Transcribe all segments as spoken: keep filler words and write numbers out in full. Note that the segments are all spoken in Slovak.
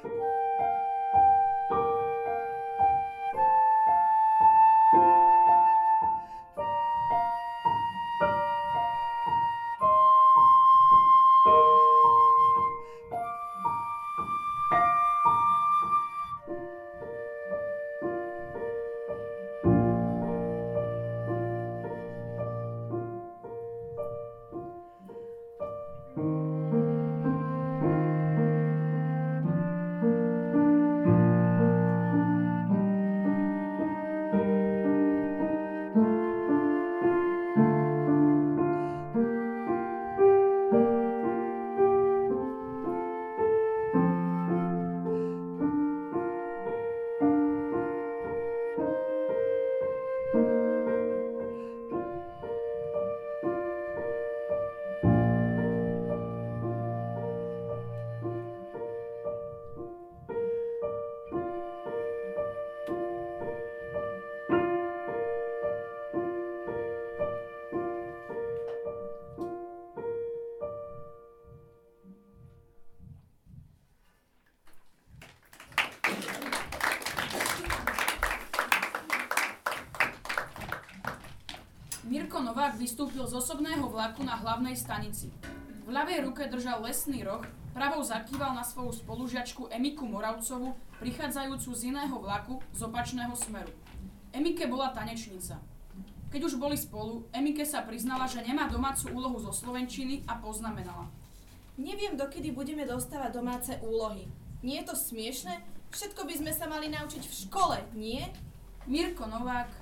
Mirko Novák vystúpil z osobného vlaku na hlavnej stanici. V ľavej ruke držal lesný roh, pravou zakýval na svoju spolužiačku Emiku Moravcovú, prichádzajúcu z iného vlaku z opačného smeru. Emike bola tanečnica. Keď už boli spolu, Emike sa priznala, že nemá domácu úlohu zo slovenčiny a poznamenala. Neviem, dokedy budeme dostávať domáce úlohy. Nie je to smiešne? Všetko by sme sa mali naučiť v škole, nie? Mirko Novák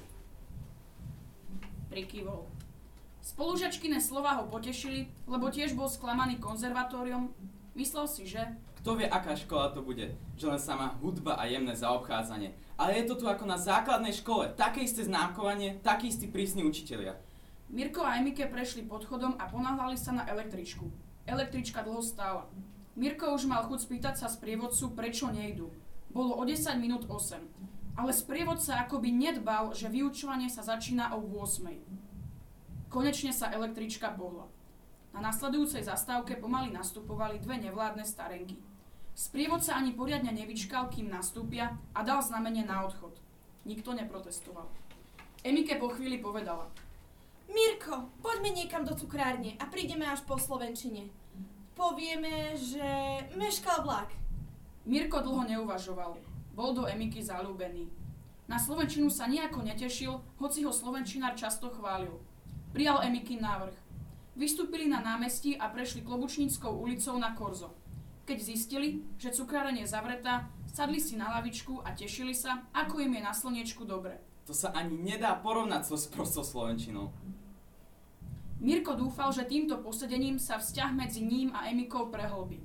prikývol. Spolužiačkine slová ho potešili, lebo tiež bol sklamaný konzervatóriom. Myslel si, že... Kto vie, aká škola to bude, že len sama hudba a jemné zaobchádzanie. Ale je to tu ako na základnej škole, také isté známkovanie, takí istí prísni učitelia. Mirko a Emike prešli podchodom a ponáhľali sa na električku. Električka dlho stála. Mirko už mal chuť spýtať sa sprievodcu, prečo nejdú. Bolo o desať minút osem. Ale sprievodca akoby nedbal, že vyučovanie sa začína o ôsmej. Konečne sa električka pohla. Na nasledujúcej zastávke pomaly nastupovali dve nevládne starenky. Sprievodca ani poriadne nevyčkal, kým nastúpia a dal znamenie na odchod. Nikto neprotestoval. Emike po chvíli povedala. Mirko, poďme niekam do cukrárne a prídeme až po slovenčine. Povieme, že meškal vlak. Mirko dlho neuvažoval. Bol do Emiky zaľúbený. Na slovenčinu sa nejako netešil, hoci ho slovenčinár často chválil. Prijal Emikin návrh. Vystúpili na námestí a prešli Klobučníckou ulicou na Korzo. Keď zistili, že cukráreň je zavretá, sadli si na lavičku a tešili sa, ako im je na slniečku dobre. To sa ani nedá porovnať so sprostou slovenčinou. Mirko dúfal, že týmto posedením sa vzťah medzi ním a Emikou prehlbí.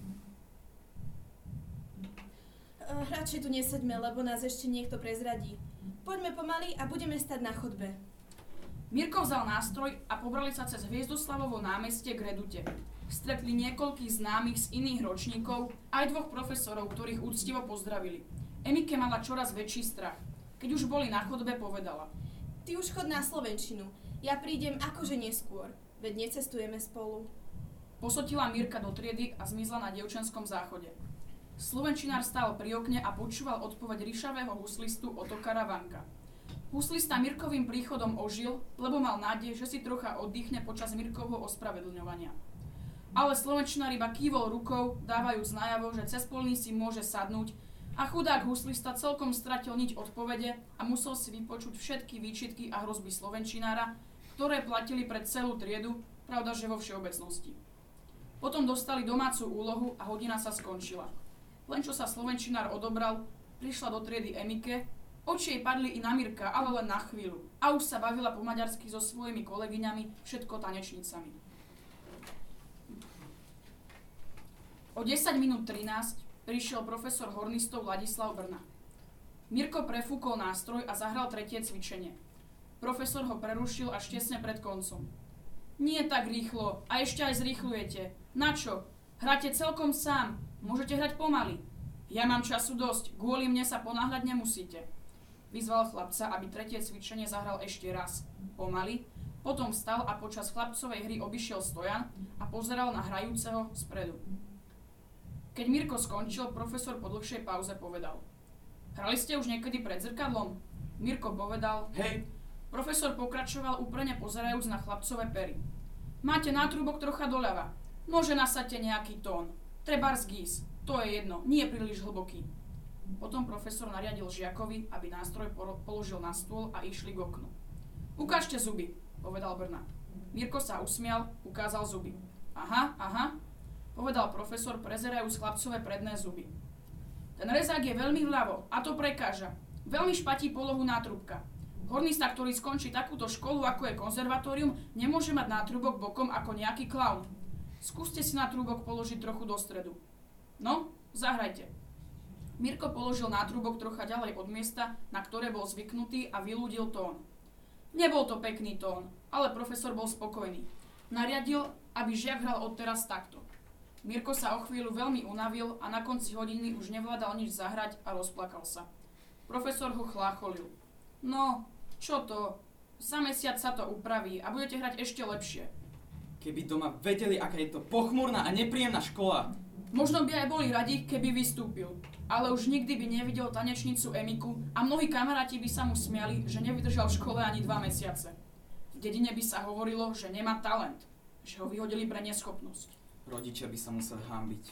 Radšej tu neseďme, lebo nás ešte niekto prezradí. Poďme pomaly a budeme stať na chodbe. Mirko vzal nástroj a pobrali sa cez Hviezdoslavovo námestie k redute. Stretli niekoľkých známych z iných ročníkov, aj dvoch profesorov, ktorých úctivo pozdravili. Emike mala čoraz väčší strach. Keď už boli na chodbe, povedala. Ty už chod na slovenčinu. Ja prídem akože neskôr, veď necestujeme spolu. Posotila Mirka do triedy a zmizla na dievčenskom záchode. Slovenčinár stál pri okne a počúval odpoveď ríšavého huslistu Otokara Vanka. Huslista Mirkovým príchodom ožil, lebo mal nádej, že si trocha oddychne počas Mirkovho ospravedlňovania. Ale slovenčinár iba kývol rukou, dávajúc najavo, že cez polní si môže sadnúť, a chudák huslista celkom stratil niť odpovede a musel si vypočuť všetky výčitky a hrozby slovenčinára, ktoré platili pre celú triedu, pravda, že vo všeobecnosti. Potom dostali domácu úlohu a hodina sa skončila. Len čo sa slovenčinár odobral, prišla do triedy Emike, oči jej padli i na Mirka, ale len na chvíľu. A už sa bavila po maďarsky so svojimi kolegyňami, všetko tanečnicami. O desať minút trinásť prišiel profesor hornistov Ladislav Brna. Mirko prefúkol nástroj a zahral tretie cvičenie. Profesor ho prerušil až tesne pred koncom. Nie tak rýchlo, a ešte aj zrýchlujete. Na čo? Hráte celkom sám. Môžete hrať pomaly. Ja mám času dosť, kvôli mne sa ponáhľať nemusíte. Vyzval chlapca, aby tretie cvičenie zahral ešte raz. Pomaly. Potom vstal a počas chlapcovej hry obišiel stojan a pozeral na hrajúceho spredu. Keď Keď Mirko skončil, profesor po dlhšej pauze povedal: Hrali ste už niekedy pred zrkadlom? Mirko povedal: Hej. Profesor pokračoval úprene pozerajúc na chlapcové pery. Máte nátrubok trocha doľava. Môže nasaďte nejaký tón. Trebárs gís. To je jedno, nie je príliš hlboký. Potom profesor nariadil žiakovi, aby nástroj položil na stôl a išli k oknu. Ukážte zuby, povedal Brna. Mirko sa usmial, ukázal zuby. Aha, aha, povedal profesor, prezerajúc chlapcové predné zuby. Ten rezák je veľmi vľavo a to prekáža. Veľmi špatí polohu nátrubka. Hornista, ktorý skončí takúto školu, ako je konzervatórium, nemôže mať nátrubok bokom ako nejaký klaun. Skúste si nátrubok položiť trochu do stredu. No, zahrajte. Mirko položil nátrubok trocha ďalej od miesta, na ktoré bol zvyknutý a vylúdil tón. Nebol to pekný tón, ale profesor bol spokojný. Nariadil, aby žiak hral odteraz takto. Mirko sa o chvíľu veľmi unavil a na konci hodiny už nevládal nič zahrať a rozplakal sa. Profesor ho chlácholil. No, čo to? Za mesiac sa to upraví a budete hrať ešte lepšie. Keby doma vedeli, aká je to pochmúrna a nepríjemná škola. Možno by aj boli radi, keby vystúpil. Ale už nikdy by nevidel tanečnicu Emiku a mnohí kamaráti by sa mu smiali, že nevydržal v škole ani dva mesiace. V dedine by sa hovorilo, že nemá talent, že ho vyhodili pre neschopnosť. Rodičia by sa museli hanbiť.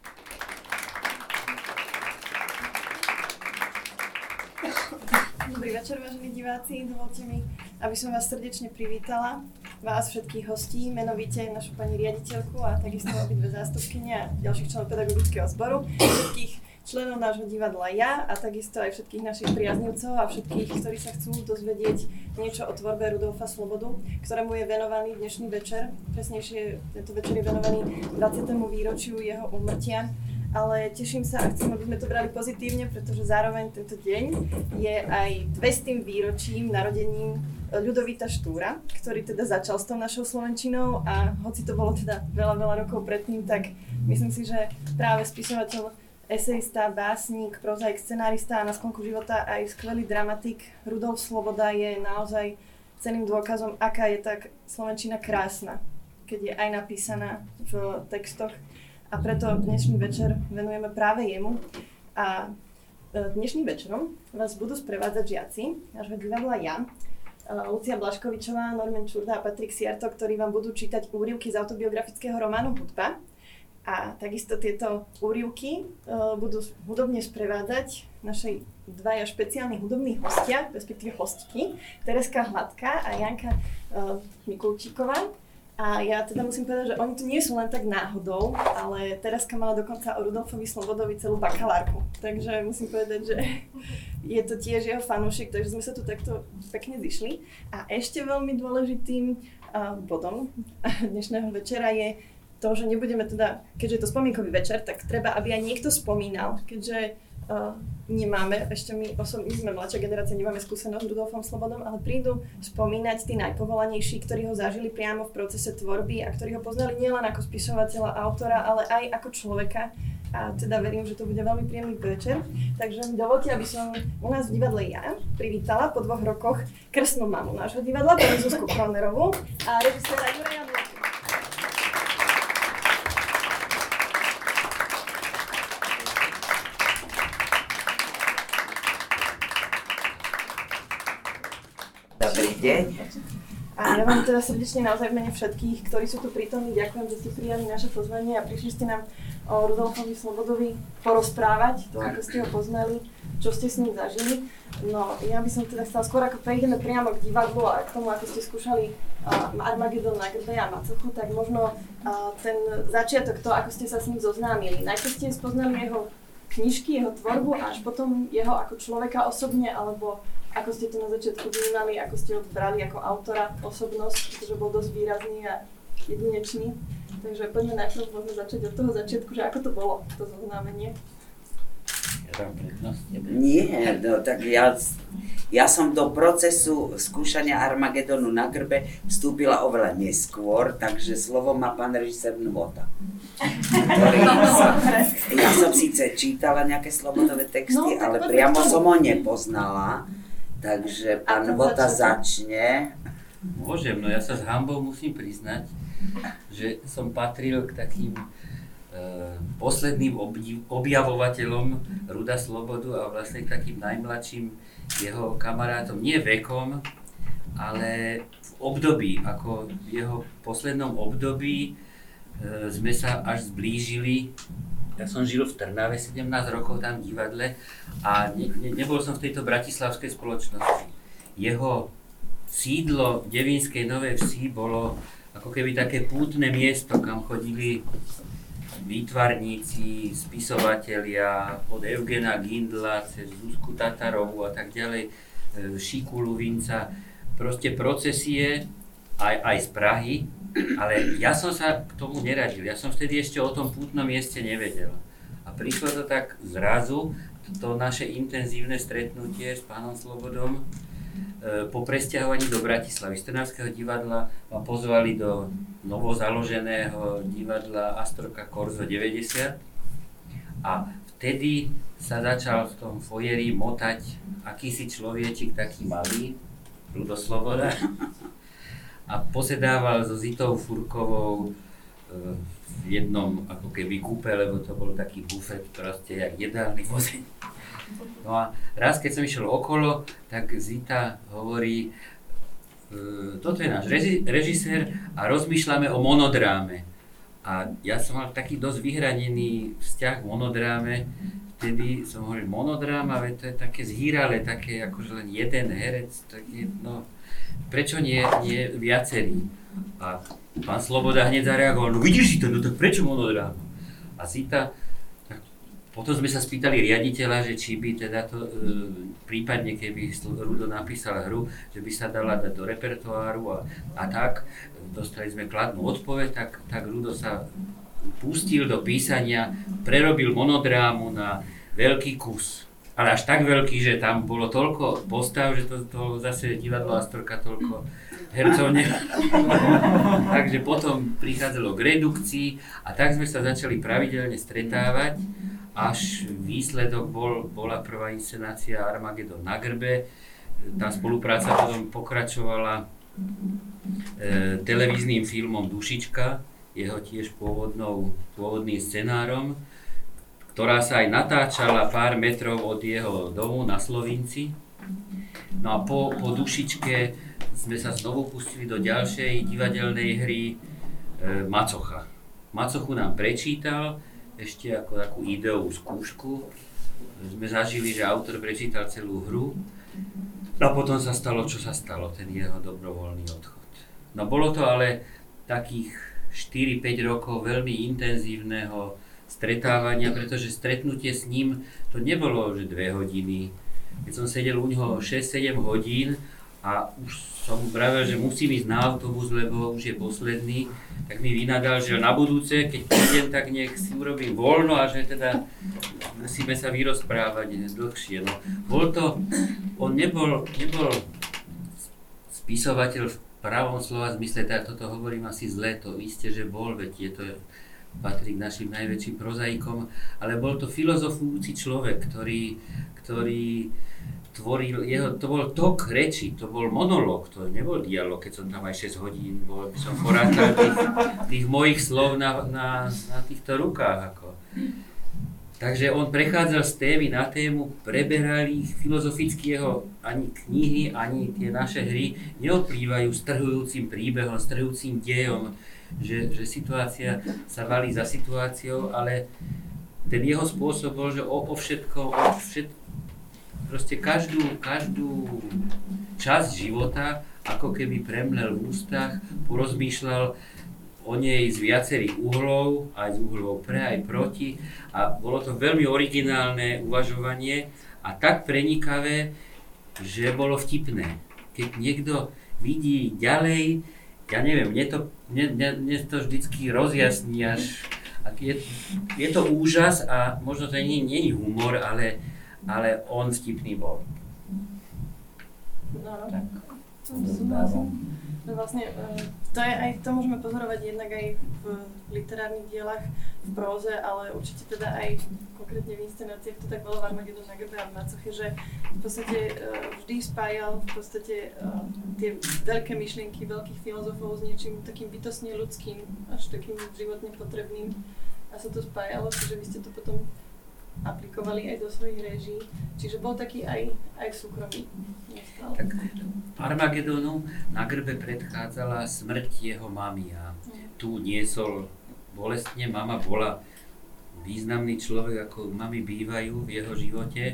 Dobrý večer, vážení diváci. Dovolte mi, aby som vás srdečne privítala, vás všetkých hostí, menovite našu pani riaditeľku a takisto obidve zástupkyne a ďalších členov pedagogického zboru, všetkých členov nášho divadla Ja a takisto aj všetkých našich priaznivcov a všetkých, ktorí sa chcú dozvedieť niečo o tvorbe Rudolfa Slobodu, ktorému je venovaný dnešný večer. Presnejšie, tento večer je venovaný dvadsiatemu výročiu jeho úmrtia. Ale teším sa a chcem, aby sme to brali pozitívne, pretože zároveň tento deň je aj dvestým výročím narodením Ľudovíta Štúra, ktorý teda začal s tou našou slovenčinou a hoci to bolo teda veľa, veľa rokov predtým, tak myslím si, že práve spisovateľ, esejista, básnik, prozaik, scenárista a na sklonku života aj skvelý dramatik Rudolf Sloboda je naozaj cenným dôkazom, aká je tak slovenčina krásna, keď je aj napísaná v textoch. A preto dnešný večer venujeme práve jemu. A dnešným večerom vás budú sprevádzať žiaci nášho divadla Ja, Lucia Blaškovičová, Norman Čurda a Patrik Siarto, ktorí vám budú čítať úryvky z autobiografického románu Hudba. A takisto tieto úryvky budú hudobne sprevádzať naši dvaja špeciálni hudobní hostia, respektíve hostky, Tereska Hladká a Janka Mikulčíková. A ja teda musím povedať, že oni tu nie sú len tak náhodou, ale Tereska mala dokonca o Rudolfovi Slobodovi celú bakalárku. Takže musím povedať, že je to tiež jeho fanúšik, takže sme sa tu takto pekne zišli. A ešte veľmi dôležitým uh, bodom dnešného večera je to, že nebudeme teda, keďže je to spomienkový večer, tak treba, aby aj niekto spomínal, keďže uh, nemáme, ešte my, osobne, my sme mladšia generácia, nemáme skúsenosť s Rudolfom Slobodom, ale prídu spomínať tí najpovolanejší, ktorí ho zažili priamo v procese tvorby a ktorí ho poznali nielen ako spisovateľa, autora, ale aj ako človeka. A teda verím, že to bude veľmi príjemný večer. Takže mi dovolte, aby som u nás v divadle Ja privítala po dvoch rokoch krstnú mamu nášho divadla, pani Zuzku Kronerovú a režiséra Juraja Milku. Dobrý deň. A ja vám teda srdečne naozaj v mene všetkých, ktorí sú tu prítomní, ďakujem, že ste prijali naše pozvanie a prišli ste nám o Rudolfovi Slobodovi porozprávať, to ako ste ho poznali, čo ste s ním zažili. No ja by som teda chcela skôr, ako prejdeme priamo k divadlu a k tomu, ako ste skúšali uh, Armagedon na Grbe a Macochu, tak možno uh, ten začiatok, to, ako ste sa s ním zoznámili. Najprv ste spoznali jeho knižky, jeho tvorbu a až potom jeho ako človeka osobne, alebo ako ste to na začiatku vnímali, ako ste ho brali ako autora, osobnosť, pretože bol dosť výrazný a jedinečný. Takže poďme najprv možno začať od toho začiatku, že ako to bolo, to zoznámenie. Ja dám prednosť. Nie, no tak ja, ja som do procesu skúšania Armagedonu na Grbe vstúpila oveľa neskôr, takže slovo má pán režisér Nvota. Som, ja som síce čítala nejaké slobodové texty, no, ale priamo som ho nepoznala. Takže pán Nvota začne. Môžem, no ja sa s hanbou musím priznať, že som patril k takým posledným objavovateľom Ruda Slobodu a vlastne takým najmladším jeho kamarátom, nie vekom, ale v období, ako v jeho poslednom období e, sme sa až zblížili. Ja som žil v Trnave sedemnásť rokov tam v divadle a ne, ne, nebol som v tejto bratislavskej spoločnosti. Jeho sídlo v Devínskej Novej Vsi bolo ako keby také pútne miesto, kam chodili výtvarníci, spisovatelia od Eugena Gindla cez Zuzku Tatarovú a tak ďalej, Šiku Luvinca, proste procesie aj, aj z Prahy, ale ja som sa k tomu neradil, ja som vtedy ešte o tom pútnom mieste nevedel. A prišlo to tak zrazu, to naše intenzívne stretnutie s pánom Slobodom, po presťahovaní do Bratislavy z Trnavského divadla ma pozvali do novozaloženého divadla Astroka Korzo deväťdesiat a vtedy sa začal v tom fojeri motať akýsi človečik taký malý, Rudo Sloboda, a posedával so Zitou Furkovou v jednom ako keby kúpe, lebo to bol taký bufet, proste jak jedálny vozeň. No a raz, keď som išiel okolo, tak Zita hovorí, e, toto je náš reži- režisér a rozmýšľame o monodráme. A ja som mal taký dosť vyhranený vzťah k monodráme, vtedy som hovoril, monodráma, veď to je také zhýrale, také akože len jeden herec, také, no, prečo nie, nie viacerí? A pán Sloboda hneď zareagoval, no vidíš si to, no tak prečo monodráma? A Zita, potom sme sa spýtali riaditeľa, že či by teda to, e, prípadne keby Rudo napísal hru, že by sa dala dať do repertoáru a, a tak, dostali sme kladnú odpoveď, tak, tak Rudo sa pustil do písania, prerobil monodrámu na veľký kus. Ale až tak veľký, že tam bolo toľko postav, že to, to zase divadlo Astorka toľko hercov ne... Takže potom prichádzalo k redukcii a tak sme sa začali pravidelne stretávať, až výsledok bol, bola prvá inscenácia Armagedon na grbe. Tá spolupráca potom pokračovala e, televíznym filmom Dušička, jeho tiež pôvodnou, pôvodným scenárom, ktorá sa aj natáčala pár metrov od jeho domu na Slovinci. No a po, po Dušičke sme sa znovu pustili do ďalšej divadelnej hry e, Macocha. Macochu nám prečítal, ešte ako takú ideovú skúšku. Sme zažili, že autor prečítal celú hru a potom sa stalo, čo sa stalo, ten jeho dobrovoľný odchod. No bolo to ale takých štyri päť rokov veľmi intenzívneho stretávania, pretože stretnutie s ním to nebolo, že dve hodiny. Keď som sedel u neho šesť sedem hodín a už som mu vravel, že musím ísť na autobus, lebo už je posledný, tak mi vynadal, že na budúce, keď prídem, tak nech si urobím voľno a že teda musíme sa vyrozprávať dlhšie. No, bol to, on nebol, nebol spisovateľ v pravom slova zmysle, teda toto hovorím asi zle, to isté, že bol, veď je to, patrí k našim najväčším prozaikom, ale bol to filozofujúci človek, ktorý, ktorý tvoril, jeho, to bol tok reči, to bol monológ, to nebol dialog, keď som tam aj šesť hodín bol, by som porátal tých, tých mojich slov na, na, na týchto rukách. Ako. Takže on prechádzal z témy na tému, preberali filozoficky jeho ani knihy, ani tie naše hry neoplývajú strhujúcim príbehom, strhujúcim dejom, že, že situácia sa valí za situáciou, ale ten jeho spôsob bol, že o, o všetko, o všetko, proste každú, každú časť života ako keby premlel v ústach, porozmýšľal o nej z viacerých uhlov, aj z uhlov pre, aj proti a bolo to veľmi originálne uvažovanie a tak prenikavé, že bolo vtipné. Keď niekto vidí ďalej, ja neviem, mne to, mne, mne, mne to vždycky rozjasní až, je, je to úžas a možno to nie, nie je humor, ale ale on vtipný bol. No, tak. No vlastne, to je aj, to môžeme pozorovať jednak aj v literárnych dielach, v próze, ale určite teda aj konkrétne v inscenáciách to tak bolo v Armagedon na grbe a v Macoche, že v podstate vždy spájal v podstate tie veľké myšlienky veľkých filozofov s niečím takým bytostne ľudským, až takým životne potrebným. a sa to spájalo, čiže vy ste to potom aplikovali aj do svojich reží, čiže bol taký aj, aj v súkromí. Nestal. Tak Armagedonu na grbe predchádzala smrť jeho mamy a tu niesol bolestne. Mama bola významný človek, ako mami bývajú v jeho živote.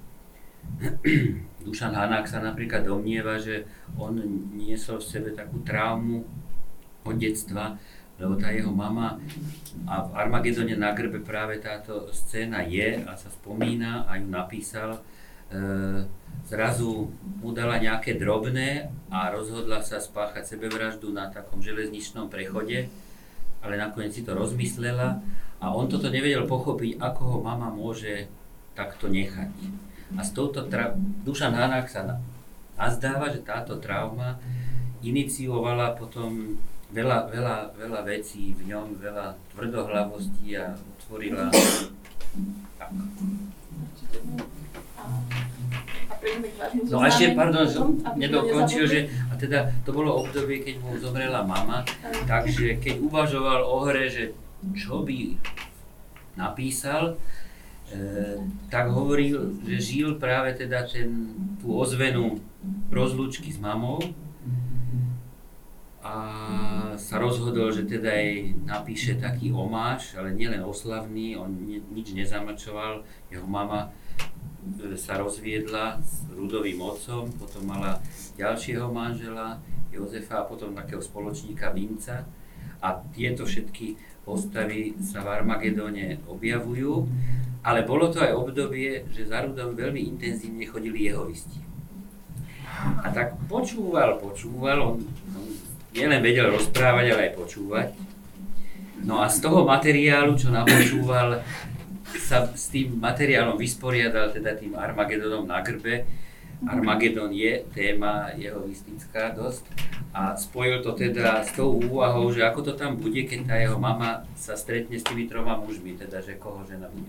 Dušan Hanák sa napríklad domnieva, že on niesol v sebe takú traumu od detstva, lebo tá jeho mama, a v Armagedone na grbe práve táto scéna je a sa spomína a ju napísal, e, zrazu mu dala nejaké drobné a rozhodla sa spáchať sebevraždu na takom železničnom prechode, ale nakoniec si to rozmyslela a on toto nevedel pochopiť, ako ho mama môže takto nechať. A s touto tra- Dušan Hanák sa nazdáva, že táto trauma iniciovala potom veľa, veľa, veľa vecí v ňom, veľa tvrdohlavostí a otvorila tak. No a ešte, pardon, som nedokončil, že a teda to bolo obdobie, keď mu zomrela mama, takže keď uvažoval o hre, že čo by napísal, e, tak hovoril, že žil práve teda ten, tú ozvenu rozlúčky s mamou a sa rozhodol, že teda jej napíše taký omáž, ale nielen oslavný, on ni- nič nezamlčoval. Jeho mama sa rozviedla s Rudovým otcom, potom mala ďalšieho manžela, Jozefa, a potom takého spoločníka Vinca. A tieto všetky postavy sa v Armagedone objavujú, ale bolo to aj obdobie, že za Rudom veľmi intenzívne chodili jehovisti. A tak počúval, počúval, on, on nielen vedel rozprávať, ale aj počúvať. No a z toho materiálu, čo napočúval, sa s tým materiálom vysporiadal teda tým Armagedonom na grbe. Armagedon je téma jehovistická dosť a spojil to teda s tou úvahou, že ako to tam bude, keď tá jeho mama sa stretne s tými troma mužmi, teda že koho žena bude.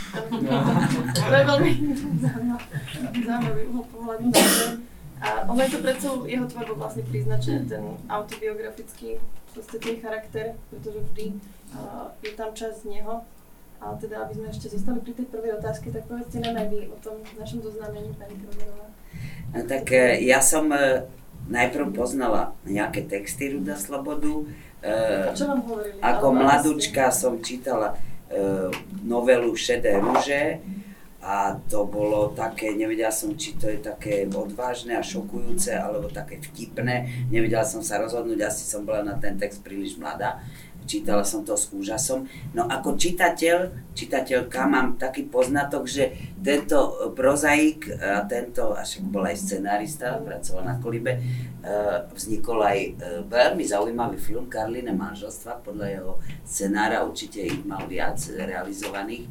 To je veľmi zaujímavý uhol pohľadu na to. A ono je to predsa jeho tvorbu vlastne príznačné, ten autobiografický v podstate charakter, pretože vždy uh, je tam časť z neho. Ale teda, aby sme ešte zostali pri tej prvej otázke, tak povedzte nám aj vy o tom našom zoznamení, pani Kromerová. No, tak ja som najprv poznala nejaké texty Ruda Slobodu. A čo vám hovorili? Ako mladúčka som čítala novelu Šedé ruže a to bolo také, nevedela som, či to je také odvážne a šokujúce, alebo také vtipné. Nevedela som sa rozhodnúť, asi som bola na ten text príliš mladá. Čítala som to s úžasom. No ako čitateľ, čitateľka mám taký poznatok, že tento prozaik a tento, až bol aj scenárista, pracoval na Kolibe, vznikol aj veľmi zaujímavý film Karline manželstva, podľa jeho scenára, určite ich mal viac realizovaných,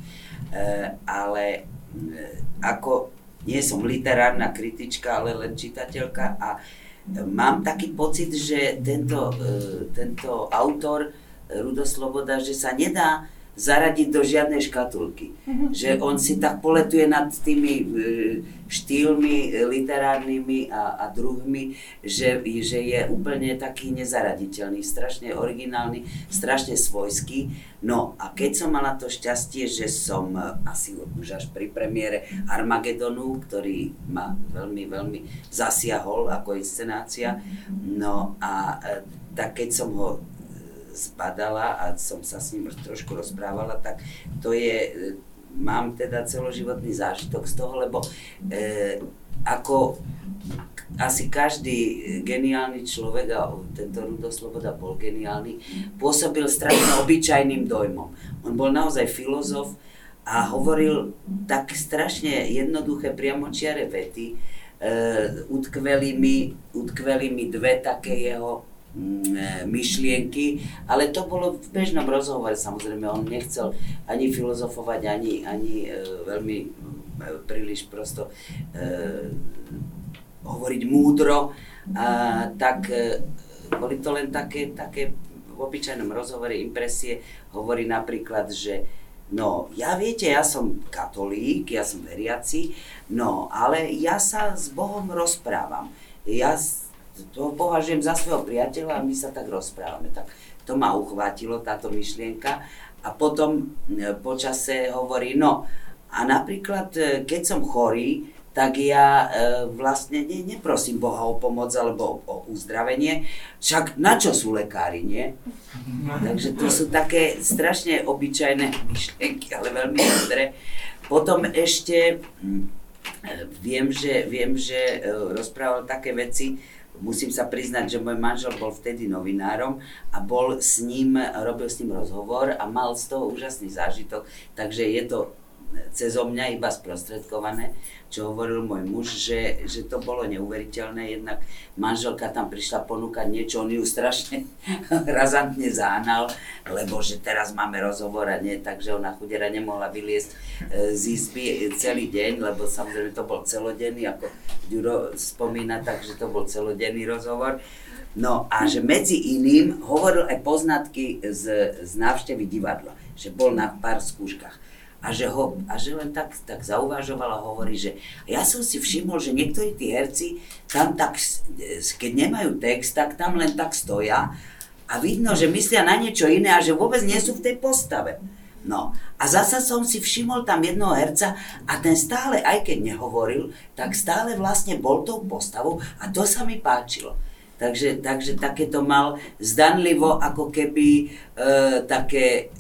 ale ako nie som literárna kritička, ale len čitateľka a mám taký pocit, že tento, tento autor Rudo Sloboda, že sa nedá zaradiť do žiadnej škatulky. Mm-hmm. Že on si tak poletuje nad tými štýlmi literárnymi a, a druhmi, že, že je úplne taký nezaraditeľný, strašne originálny, strašne svojský. No a keď som mala to šťastie, že som asi už až pri premiére Armagedonu, ktorý ma veľmi, veľmi zasiahol ako inscenácia, no a tak keď som ho zbadala a som sa s ním trošku rozprávala, tak to je, mám teda celoživotný zážitok z toho, lebo e, ako asi každý geniálny človek, a tento Rudo Sloboda bol geniálny, pôsobil strašne obyčajným dojmom. On bol naozaj filozof a hovoril tak strašne jednoduché priamočiare vety, e, utkveli mi, utkveli mi dve také jeho myšlienky, ale to bolo v bežnom rozhovore, samozrejme, on nechcel ani filozofovať, ani, ani e, veľmi e, príliš prosto e, hovoriť múdro, a, tak e, boli to len také, také v obyčajnom rozhovore impresie, hovorí napríklad, že no, ja viete, ja som katolík, ja som veriaci, no, ale ja sa s Bohom rozprávam. Ja to považujem za svojho priateľa a my sa tak rozprávame. Tak to ma uchvátilo, táto myšlienka. a potom počase hovorí, no a napríklad keď som chorý, tak ja e, vlastne ne, neprosím Boha o pomoc alebo o, o uzdravenie, však na čo sú lekári, nie? Takže to sú také strašne obyčajné myšlienky, ale veľmi múdre. Potom ešte hm, viem, že, viem, že e, rozprával také veci, musím sa priznať, že môj manžel bol vtedy novinárom a bol s ním, robil s ním rozhovor a mal z toho úžasný zážitok, takže je to cezo mňa iba sprostredkované, čo hovoril môj muž, že, že to bolo neuveriteľné, jednak manželka tam prišla ponúkať niečo, on ju strašne razantne zahnal, lebo že teraz máme rozhovor a nie, takže ona chudera nemohla vyliesť z izby celý deň, lebo samozrejme to bol celodenný, ako Ďuro spomína, takže to bol celodenný rozhovor. No a že medzi iným hovoril aj poznatky z, z návštevy divadla, že bol na pár skúškach. A že, ho, a že len tak, tak zauvažoval a hovorí, že ja som si všimol, že niektorí tí herci tam tak, keď nemajú text, tak tam len tak stoja a vidno, že myslia na niečo iné a že vôbec nie sú v tej postave. No a zasa som si všimol tam jednoho herca a ten stále, aj keď nehovoril, tak stále vlastne bol tou postavou a to sa mi páčilo. Takže, takže takéto mal zdanlivo ako keby e, také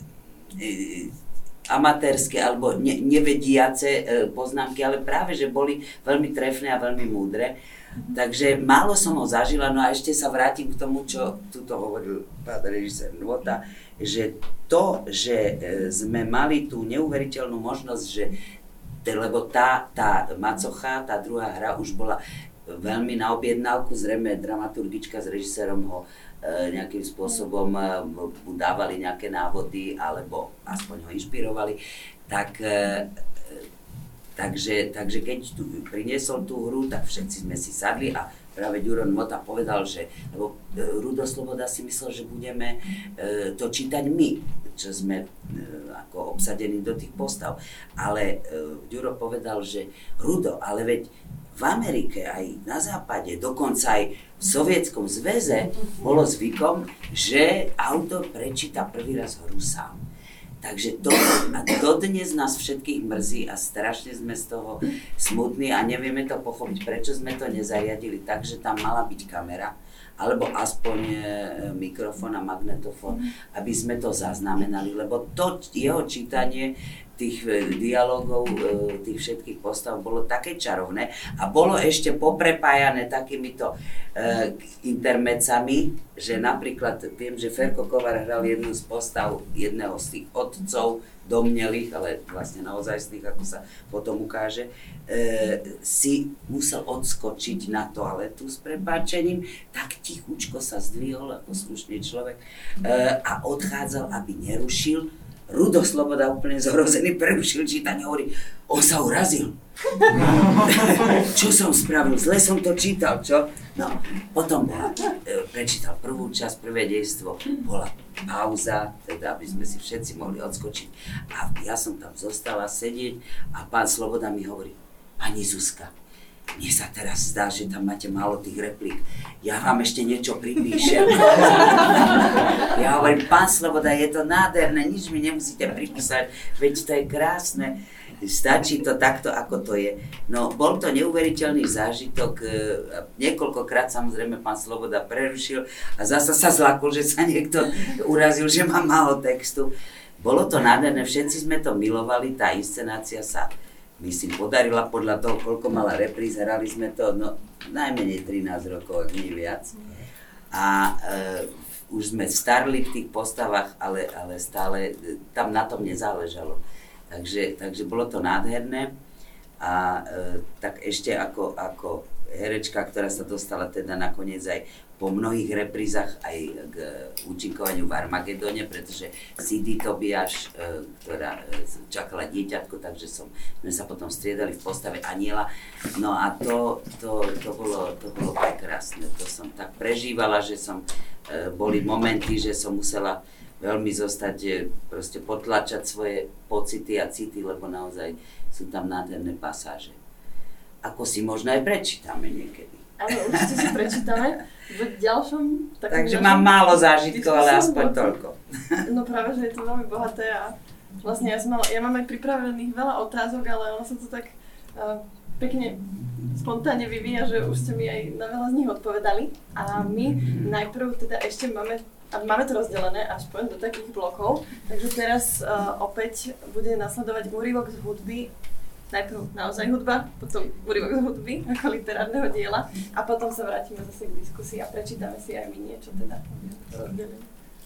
e, amatérske alebo ne, nevediace e, poznámky, ale práve, že boli veľmi trefné a veľmi múdre. Takže málo som ho zažila, no a ešte sa vrátim k tomu, čo tuto hovoril pán režisér Nôta, že to, že e, sme mali tú neuveriteľnú možnosť, že lebo tá, tá macocha, tá druhá hra už bola veľmi na objednávku, zrejme dramaturgička s režisérom ho nejakým spôsobom mu dávali nejaké návody alebo aspoň ho inšpirovali, tak, takže, takže keď tu priniesol tú hru, tak všetci sme si sadli a práve Ďuro Nôta povedal, že lebo Rudo Sloboda si myslel, že budeme to čítať my, čo sme ako obsadení do tých postav, ale Ďuro povedal, že Rudo, ale veď v Amerike, aj na západe, dokonca aj v Sovietskom zväze bolo zvykom, že autor prečíta prvý raz hru sám. Takže to, a dodnes nás všetkých mrzí a strašne sme z toho smutní a nevieme to pochopiť, prečo sme to nezariadili tak, že tam mala byť kamera, alebo aspoň mikrofón a magnetofón, aby sme to zaznamenali, lebo to jeho čítanie tých dialogov, tých všetkých postav bolo také čarovné a bolo ešte poprepájané takýmito uh, intermecami, že napríklad viem, že Ferko Kovar hral jednu z postav jedného z tých otcov domnelých, ale vlastne naozajstných, ako sa potom ukáže, e, si musel odskočiť na toaletu s prepáčením, tak tichučko sa zdvihol ako slušný človek e, a odchádzal, aby nerušil. Rudo Sloboda úplne zhrozený prerušil čítanie, hovorí, on sa urazil. Čo som spravil? Zle som to čítal, čo? No, potom bola, e, prečítal prvú časť, prvé dejstvo, bola pauza, teda aby sme si všetci mohli odskočiť. A ja som tam zostala sedieť a pán Sloboda mi hovorí, pani Zuzka, mne sa teraz zdá, že tam máte málo tých replík. Ja vám ešte niečo pripíšem. Ja hovorím, pán Sloboda, je to nádherné, nič mi nemusíte pripísať, veď to je krásne. Stačí to takto, ako to je. No, bol to neuveriteľný zážitok. Niekoľkokrát samozrejme pán Sloboda prerušil a zasa sa zlakol, že sa niekto urazil, že má málo textu. Bolo to nádherné, všetci sme to milovali, tá inscenácia sa, myslím, podarila podľa toho, koľko mala repríz, hrali sme to no, najmenej trinásť rokov, ak nie viac. A e, už sme starli v tých postavách, ale, ale stále tam na tom nezáležalo. Takže, takže bolo to nádherné a e, tak ešte ako, ako herečka, ktorá sa dostala teda nakoniec aj po mnohých reprízach aj k účinkovaniu v Armagedone, pretože Sidi Tobiáš, e, ktorá e, čakala dieťatko, takže som, sme sa potom striedali v postave Aniela. No a to, to, to, bolo, to bolo prekrásne, to som tak prežívala, že som, e, boli momenty, že som musela veľmi zostať, proste potlačať svoje pocity a city, lebo naozaj sú tam nádherné pasáže. Ako si možno aj prečítame niekedy. Áno, určite si prečítame v ďalšom takom... Takže ďalšom mám málo zážitkov, ale diskusnom aspoň bloku. toľko. No práve, že je to veľmi bohaté a vlastne ja, som mala, ja mám aj pripravených veľa otázok, ale ono sa to tak uh, pekne spontánne vyvíja, že už ste mi aj na veľa z nich odpovedali. A my najprv teda ešte máme, a máme to rozdelené aspoň do takých blokov, takže teraz uh, opäť bude nasledovať úryvok z hudby. Najprv naozaj hudba, potom úryvok z hudby ako literárneho diela a potom sa vrátime zase k diskusii a prečítame si aj my niečo teda rozdelené.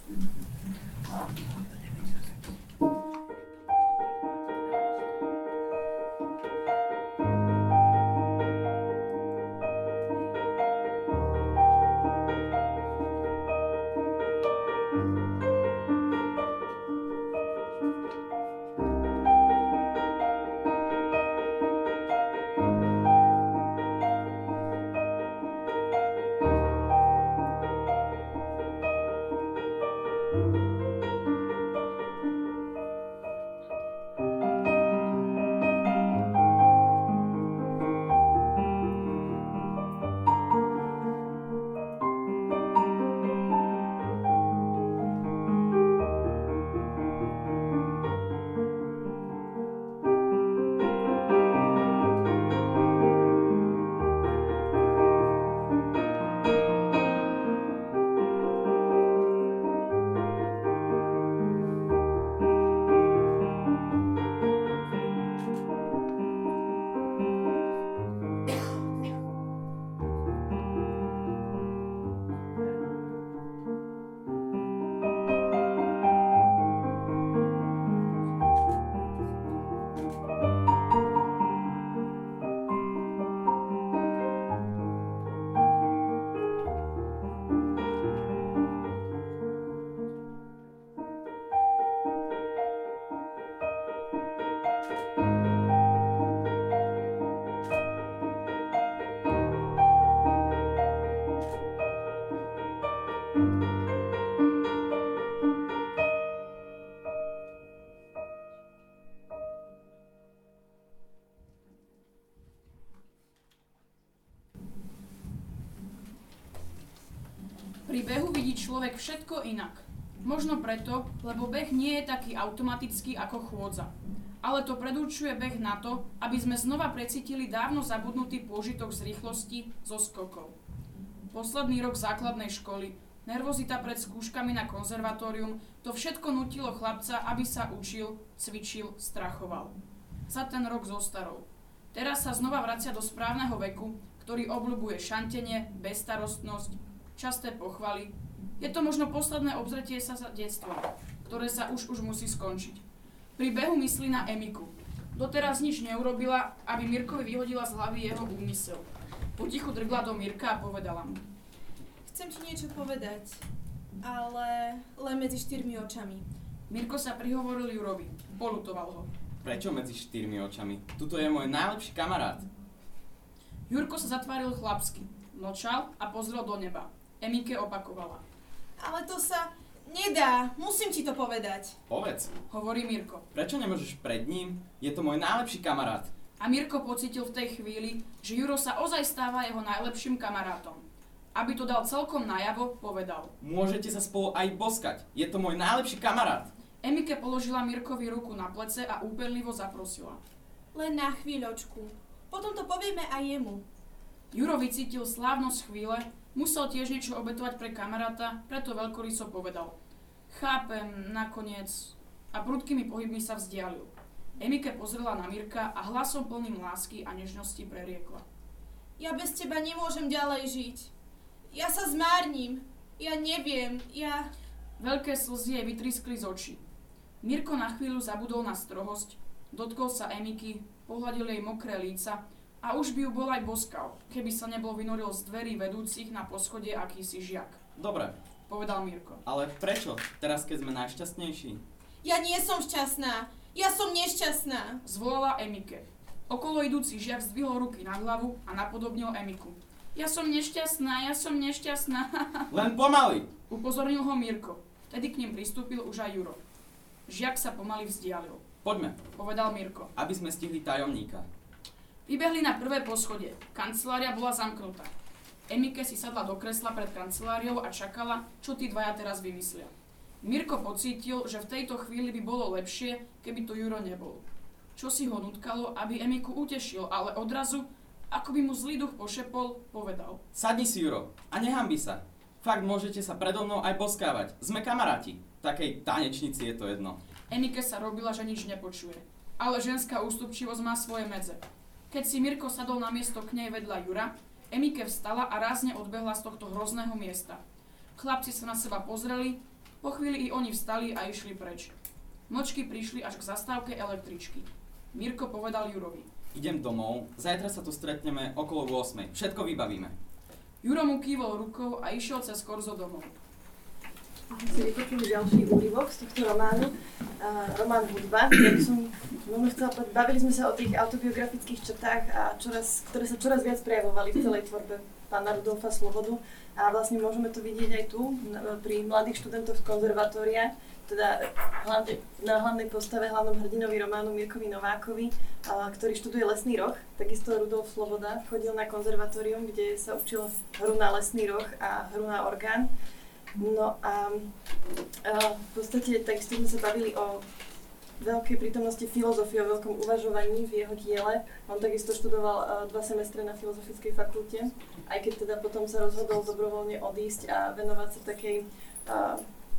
Pri behu vidí človek všetko inak. Možno preto, lebo beh nie je taký automatický ako chôdza. Ale to predurčuje beh na to, aby sme znova precítili dávno zabudnutý pôžitok z rýchlosti, zo skokov. Posledný rok základnej školy, nervozita pred skúškami na konzervatórium, to všetko nutilo chlapca, aby sa učil, cvičil, strachoval. Za ten rok zostarol. Teraz sa znova vracia do správneho veku, ktorý obľubuje šantenie, bezstarostnosť, časté pochvaly. Je to možno posledné obzretie sa za detstvom, ktoré sa už už musí skončiť. Pri behu myslí na Emiku. Doteraz nič neurobila, aby Mirkovi vyhodila z hlavy jeho úmysel. Potichu drgla do Mirka a povedala mu. Chcem ti niečo povedať, ale len medzi štyrmi očami. Mirko sa prihovoril Jurovi. Polutoval ho. Prečo medzi štyrmi očami? Tuto je môj najlepší kamarát. Jurko sa zatváril chlapsky. Mlčal a pozrel do neba. Emike opakovala. Ale to sa nedá, musím ti to povedať. Povedz, Hovorí Mirko. prečo nemôžeš pred ním? Je to môj najlepší kamarát. A Mirko pocítil v tej chvíli, že Juro sa ozaj stáva jeho najlepším kamarátom. Aby to dal celkom najavo, povedal. Môžete sa spolu aj boskať. Je to môj najlepší kamarát. Emike položila Mirkovi ruku na plece a úpenlivo zaprosila. Len na chvíľočku. Potom to povieme aj jemu. Juro vycítil slávnosť chvíle, musel tiež niečo obetovať pre kamaráta, preto veľkoryso povedal. Chápem, nakoniec. A prudkými pohybmi sa vzdialil. Emike pozrela na Mirka a hlasom plným lásky a nežnosti preriekla. Ja bez teba nemôžem ďalej žiť. Ja sa zmárnim. Ja neviem, ja... Veľké slzy jej vytriskli z očí. Mirko na chvíľu zabudol na strohosť, dotkol sa Emiky, pohľadil jej mokré líca a už by ju bol aj boskal, keby sa nebol vynoril z dverí vedúcich na poschodie akýsi žiak. Dobre, Povedal Mirko. ale prečo? Teraz, keď sme najšťastnejší. Ja nie som šťastná. Ja som nešťastná. Zvolala Emike. Okolo idúci žiak zdvihol ruky na hlavu a napodobnil Emiku. Ja som nešťastná, ja som nešťastná. Len pomaly! Upozornil ho Mirko. Tedy k nim pristúpil už aj Juro. Žiak sa pomaly vzdialil. Poďme, Povedal Mirko. aby sme stihli tajomníka. Vybehli na prvé poschodie. Kancelária bola zamknutá. Emike si sadla do kresla pred kanceláriou a čakala, čo tí dvaja teraz vymyslia. Mirko pocítil, že v tejto chvíli by bolo lepšie, keby tu Juro nebol. Čo si ho nutkalo, aby Emiku utešil, ale odrazu, ako by mu zlý duch pošepol, povedal. Sadni si, Juro, a nehanbi sa. Fakt môžete sa predo mnou aj boskávať. Sme kamaráti. Takej tanečnici je to jedno. Emike sa robila, že nič nepočuje. Ale ženská ústupčivosť má svoje medze. Keď si Mirko sadol na miesto k nej vedľa Jura, Emike vstala a rázne odbehla z tohto hrozného miesta. Chlapci sa na seba pozreli, po chvíli i oni vstali a išli preč. Mlčky prišli až k zastávke električky. Mirko povedal Jurovi. Idem domov, zajtra sa tu stretneme okolo ôsmej. Všetko vybavíme. Juro mu kývol rukou a išiel cez korzo domov. Si vypočuli ďalší úryvok z tohto románu, uh, román Hudba. Ja by som možno chcela povedať, bavili sme sa o tých autobiografických črtách, a čoraz, ktoré sa čoraz viac prejavovali v celej tvorbe pána Rudolfa Slobodu. A vlastne môžeme to vidieť aj tu, pri mladých študentoch z konzervatória, teda hlavne, na hlavnej postave, hlavnom hrdinovi románu Mirkovi Novákovi, uh, ktorý študuje lesný roh. Takisto Rudolf Sloboda chodil na konzervatórium, kde sa učil hru na lesný roh a hru na orgán. No a, a v podstate takisto sme sa bavili o veľkej prítomnosti filozofie, o veľkom uvažovaní v jeho diele. On takisto študoval uh, dva semestre na Filozofickej fakulte, aj keď teda potom sa rozhodol dobrovoľne odísť a venovať sa takej, uh,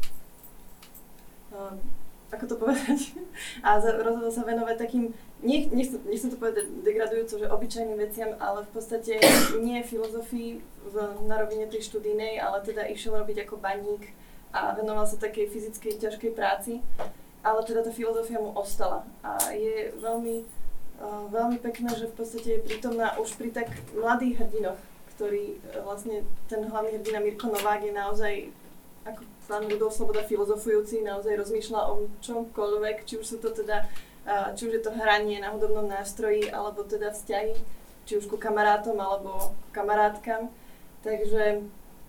uh, ako to povedať, a za, rozhodol sa venovať takým, nech, nechcem, nechcem to povedať degradujúco, že obyčajným veciam, ale v podstate nie filozofii v, na rovine tej študijnej, ale teda išiel robiť ako baník a venoval sa takej fyzickej ťažkej práci, ale teda tá filozofia mu ostala a je veľmi, uh, veľmi pekné, že v podstate je prítomná už pri tak mladých hrdinoch, ktorý uh, vlastne ten hlavný hrdina Mirko Novák je naozaj ako pán Rudolf Sloboda filozofujúci, naozaj rozmýšľa o čomkoľvek, či už sú to teda, uh, či už je to hranie na hudobnom nástroji, alebo teda vzťahy, či už ku kamarátom, alebo kamarátkam. Takže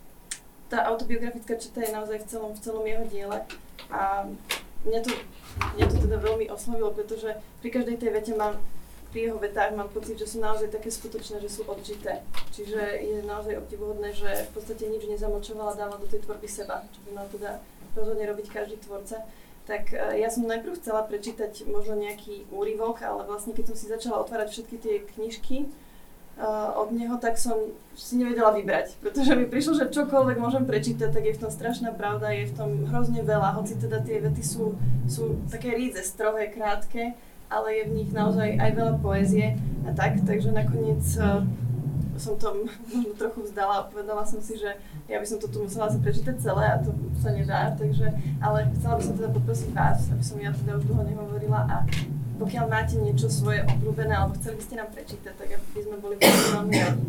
tá autobiografická črta je naozaj v celom, v celom jeho diele. A mňa to, mňa to teda veľmi oslovilo, pretože pri každej tej vete mám, pri jeho vetách mám pocit, že sú naozaj také skutočné, že sú odžité. Čiže je naozaj obdivuhodné, že v podstate nič nezamlčovala, dáva do tej tvorby seba, čo by mal teda rozhodne robiť každý tvorca. Tak ja som najprv chcela prečítať možno nejaký úryvok, ale vlastne keď som si začala otvárať všetky tie knižky uh, od neho, tak som si nevedela vybrať, pretože mi prišlo, že čokoľvek môžem prečítať, tak je v tom strašná pravda, je v tom hrozne veľa, hoci teda tie vety sú, sú také rídze, strohé, krátke, ale je v nich naozaj aj veľa poézie a tak, takže nakoniec uh, som to možno trochu vzdala a povedala som si, že ja by som to tu musela si prečítať celé a to sa nedá, takže, ale chcela by som teda poprosiť vás, aby som ja teda už dlho nehovorila a pokiaľ máte niečo svoje obľúbené alebo chceli by ste nám prečítať, tak aby sme boli veľmi radi.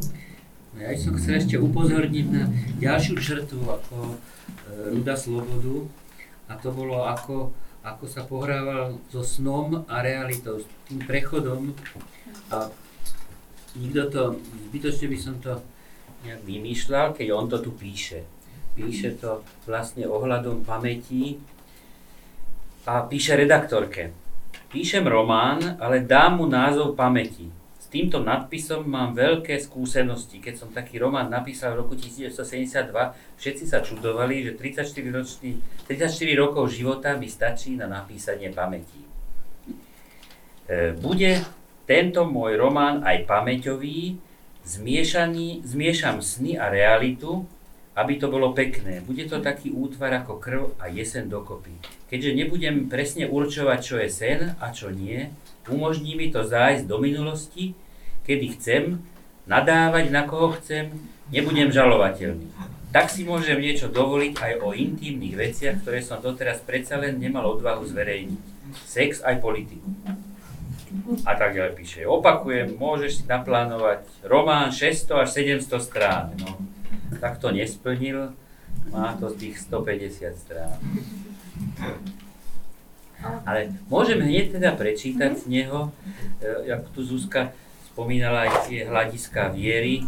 Ja som chcel ešte upozorniť na ďalšiu črtu ako Ruda Slobodu a to bolo ako ako sa pohrával so snom a realitou, s tým prechodom a nikto to, zbytočne by som to nejak vymýšľal, keď on to tu píše. Píše to vlastne ohľadom pamätí a píše redaktorke. Píšem román, ale dám mu názov Pamäti. S týmto nadpisom mám veľké skúsenosti. Keď som taký román napísal v roku devätnásťsedemdesiatdva, všetci sa čudovali, že tridsaťštyri, ročný, tridsaťštyri rokov života mi stačí na napísanie pamätí. E, bude tento môj román aj pamäťový, zmiešaný, zmiešam sny a realitu, aby to bolo pekné. Bude to taký útvar ako krv a jeseň dokopy. Keďže nebudem presne určovať, čo je sen a čo nie, umožní mi to zájsť do minulosti, kedy chcem, nadávať na koho chcem, nebudem žalovateľný. Tak si môžem niečo dovoliť aj o intímnych veciach, ktoré som doteraz predsa len nemal odvahu zverejniť. Sex aj politiku. A tak ďalej píše. Opakujem, môžeš si naplánovať román šesťsto až sedemsto strán. No, tak to nesplnil, má to z tých stopäťdesiat strán. Ale môžem hneď teda prečítať z neho, e, ako tu Zuzka spomínala aj tie hľadiská viery.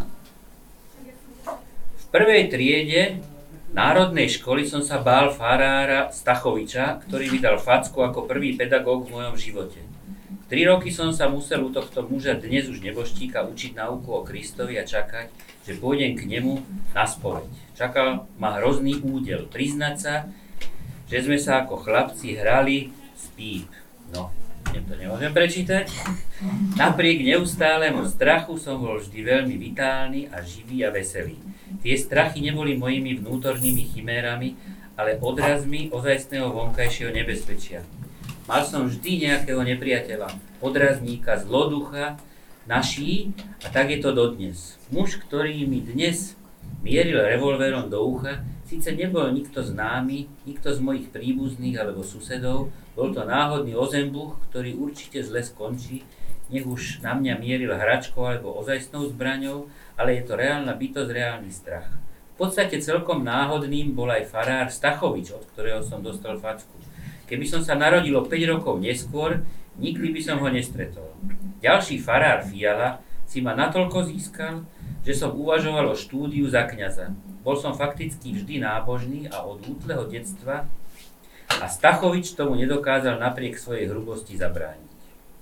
V prvej triede národnej školy som sa bál farára Stachoviča, ktorý mi dal facku ako prvý pedagóg v mojom živote. Tri roky som sa musel u tohto muža, dnes už neboštíka, učiť nauku o Kristovi a čakať, že pôjdem k nemu na spoveď. Čakal ma hrozný údel, priznať sa, že sme sa ako chlapci hrali s píp. No, to nemôžem prečítať. Napriek neustálemu strachu som bol vždy veľmi vitálny a živý a veselý. Tie strachy neboli mojimi vnútornými chimérami, ale odrazmi ozajstného vonkajšieho nebezpečia. Mal som vždy nejakého nepriateľa, podrazníka, zloducha, naší, a tak je to dodnes. Muž, ktorý mi dnes mieril revolverom do ucha, síce nebol nikto známy, nikto z mojich príbuzných alebo susedov, bol to náhodný ozembuch, ktorý určite zle skončí, nech už na mňa mieril hračkou alebo ozajstnou zbraňou, ale je to reálna bytosť, reálny strach. V podstate celkom náhodným bol aj farár Stachovič, od ktorého som dostal facku. Keby som sa narodil o päť rokov neskôr, nikdy by som ho nestretol. Ďalší farár Fiala si ma natoľko získal, že som uvažoval o štúdiu za kňaza. Bol som fakticky vždy nábožný a od útleho detstva a Stachovič tomu nedokázal napriek svojej hrubosti zabrániť.